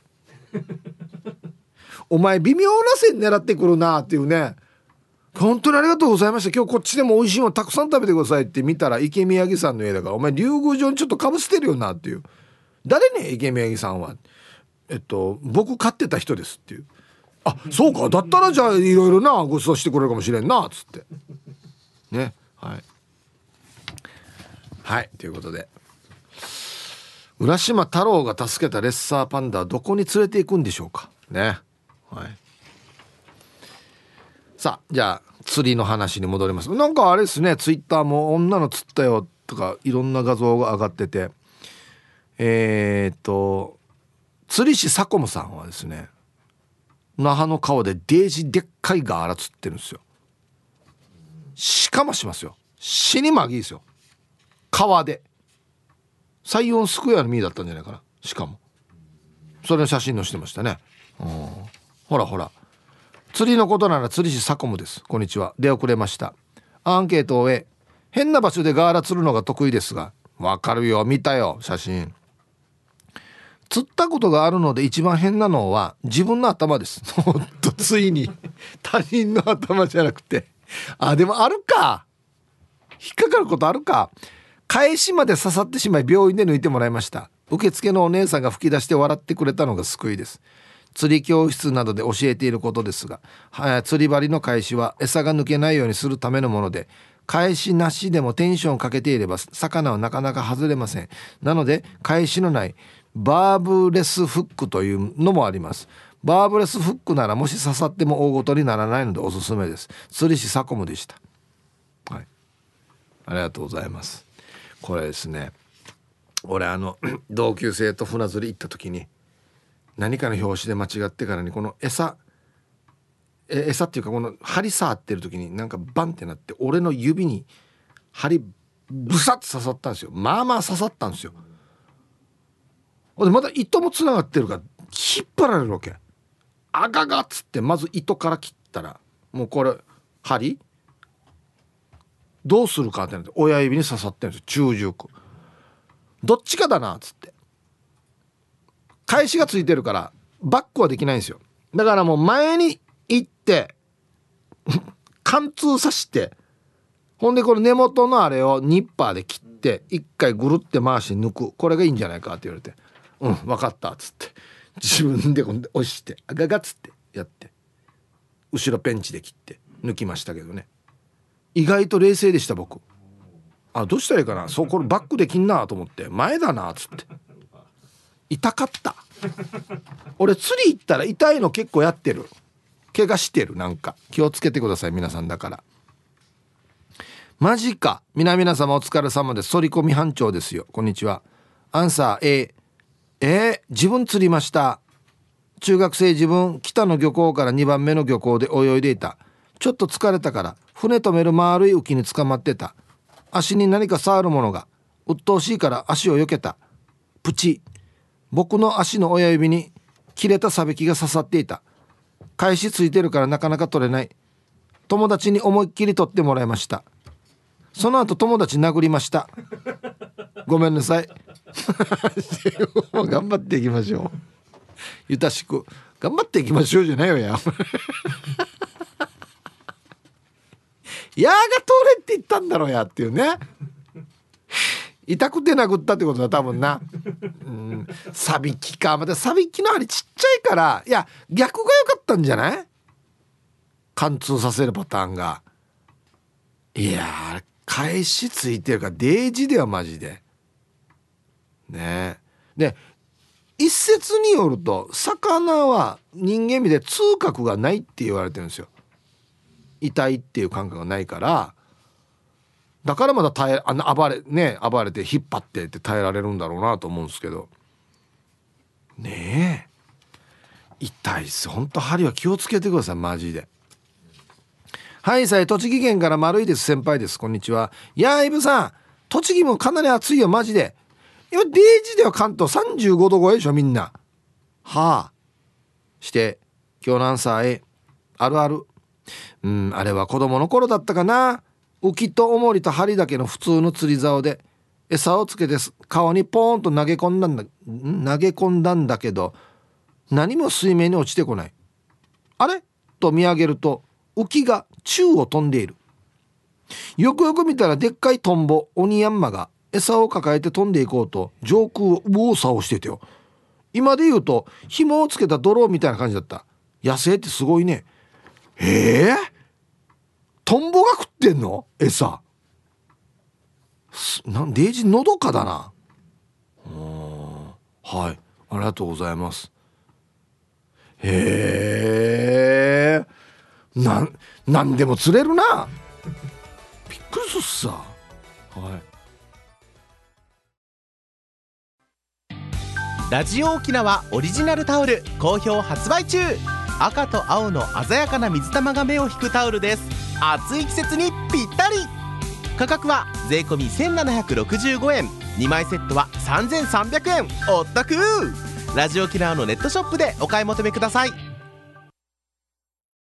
お前微妙な線狙ってくるなっていうね。本当にありがとうございました。今日こっちでも美味しいものたくさん食べてくださいって見たら池宮城さんの家だから、お前竜宮城にちょっとかぶせてるよなっていう。誰ね池宮城さんは。僕飼ってた人ですっていう。あ、そうか、だったらじゃあいろいろなご馳走してくれるかもしれんなっつってね。はいはい、ということで浦島太郎が助けたレッサーパンダはどこに連れて行くんでしょうかね。はい、さあ、じゃあ釣りの話に戻ります。なんかあれですね、ツイッターも女の釣ったよとかいろんな画像が上がってて、釣り師サコムさんはですね、那覇の川でデージでっかいガーラ釣ってるんですよ。しかもしますよ、死にまぎですよ、川で。サイオンスクエアのミーだったんじゃないかな。しかもそれの写真載せてましたね。ほらほら、釣りのことなら釣り師サコムです。こんにちは、出遅れました。アンケートを終え、変な場所でガーラ釣るのが得意ですが、わかるよ、見たよ写真。釣ったことがあるので一番変なのは自分の頭です。ほんとついに他人の頭じゃなくて、あ、でもあるか、引っかかることあるか。返しまで刺さってしまい病院で抜いてもらいました。 受付のお姉さんが吹き出して笑ってくれたのが救いです。釣り教室などで教えていることですが、釣り針の返しは餌が抜けないようにするためのもので、返しなしでもテンションをかけていれば魚はなかなか外れません。なので返しのないバーブレスフックというのもあります。バーブレスフックならもし刺さっても大ごとにならないのでおすすめです。釣り師サコムでした。はい、ありがとうございます。これですね、俺同級生と船釣り行った時に何かの拍子で間違ってからにこの餌っていうかこの針触ってる時になんかバンってなって俺の指に針ブサッと刺さったんですよ。まあまあ刺さったんですよ。でまだ糸もつながってるから引っ張られるわけ。あががっつってまず糸から切ったらもうこれ針どうするかってなって親指に刺さってるんですよ。中軸どっちかだなっつって返しがついてるからバックはできないんですよ。だからもう前に行って貫通させて、ほんでこの根元のあれをニッパーで切って一回ぐるって回して抜く、これがいいんじゃないかって言われて、うん分かったっつって自分で押してあががっつってやって後ろペンチで切って抜きましたけどね。意外と冷静でした僕。どうしたらいいかな、そうこれバックできんなと思って前だなっつって痛かった俺釣り行ったら痛いの結構やってる、怪我してる、なんか気をつけてください皆さん。だからマジか。皆様お疲れ様です。反り込み班長ですよ。こんにちは。アンサー A。自分釣りました。中学生自分北の漁港から2番目の漁港で泳いでいた。ちょっと疲れたから船止める丸い浮きに捕まってた。足に何か触るものが鬱陶しいから足を避けた。プチ、僕の足の親指に切れたサビキが刺さっていた。返しついてるからなかなか取れない。友達に思いっきり取ってもらいました。その後友達殴りました。ごめんなさい頑張っていきましょう。ゆたしく頑張っていきましょうじゃないよややーが通れって言ったんだろうやっていうね。痛くて殴ったってことだ多分な。サビキか。またサビキの針ちっちゃいから、いや逆が良かったんじゃない、貫通させるパターンが。いやー返しついてるからデージではマジでね。で一説によると魚は人間味で痛覚がないって言われてるんですよ。痛いっていう感覚がないから、だからまだ暴れて引っ張ってって耐えられるんだろうなと思うんですけどね。痛いっすほんと。針は気をつけてくださいマジで。はいさい、栃木県から丸いです。先輩です。こんにちは。いやーイブさん、栃木もかなり暑いよマジで。今デージでは関東35度超えでしょみんな。はあして今日のアンサー A。 あるある。あれは子供の頃だったかな。浮きと重りと針だけの普通の釣り竿で餌をつけて顔にポーンと投げ込んだんだけど何も水面に落ちてこない。あれと見上げると浮きが宙を飛んでいる。よくよく見たらでっかいトンボオニヤンマが餌を抱えて飛んでいこうと上空を右往左往しててよ。今で言うと紐をつけたドローンみたいな感じだった。野生ってすごいね。トンボが食ってんの餌。デージのどかだな。はいありがとうございます。なんでも釣れるな。びっくりすっさ。 ラジオ沖縄オリジナルタオル好評発売中。赤と青の鮮やかな水玉が目を引くタオルです。暑い季節にぴったり。価格は税込み1765円、2枚セットは3300円。お得。ラジオ沖縄のネットショップでお買い求めください。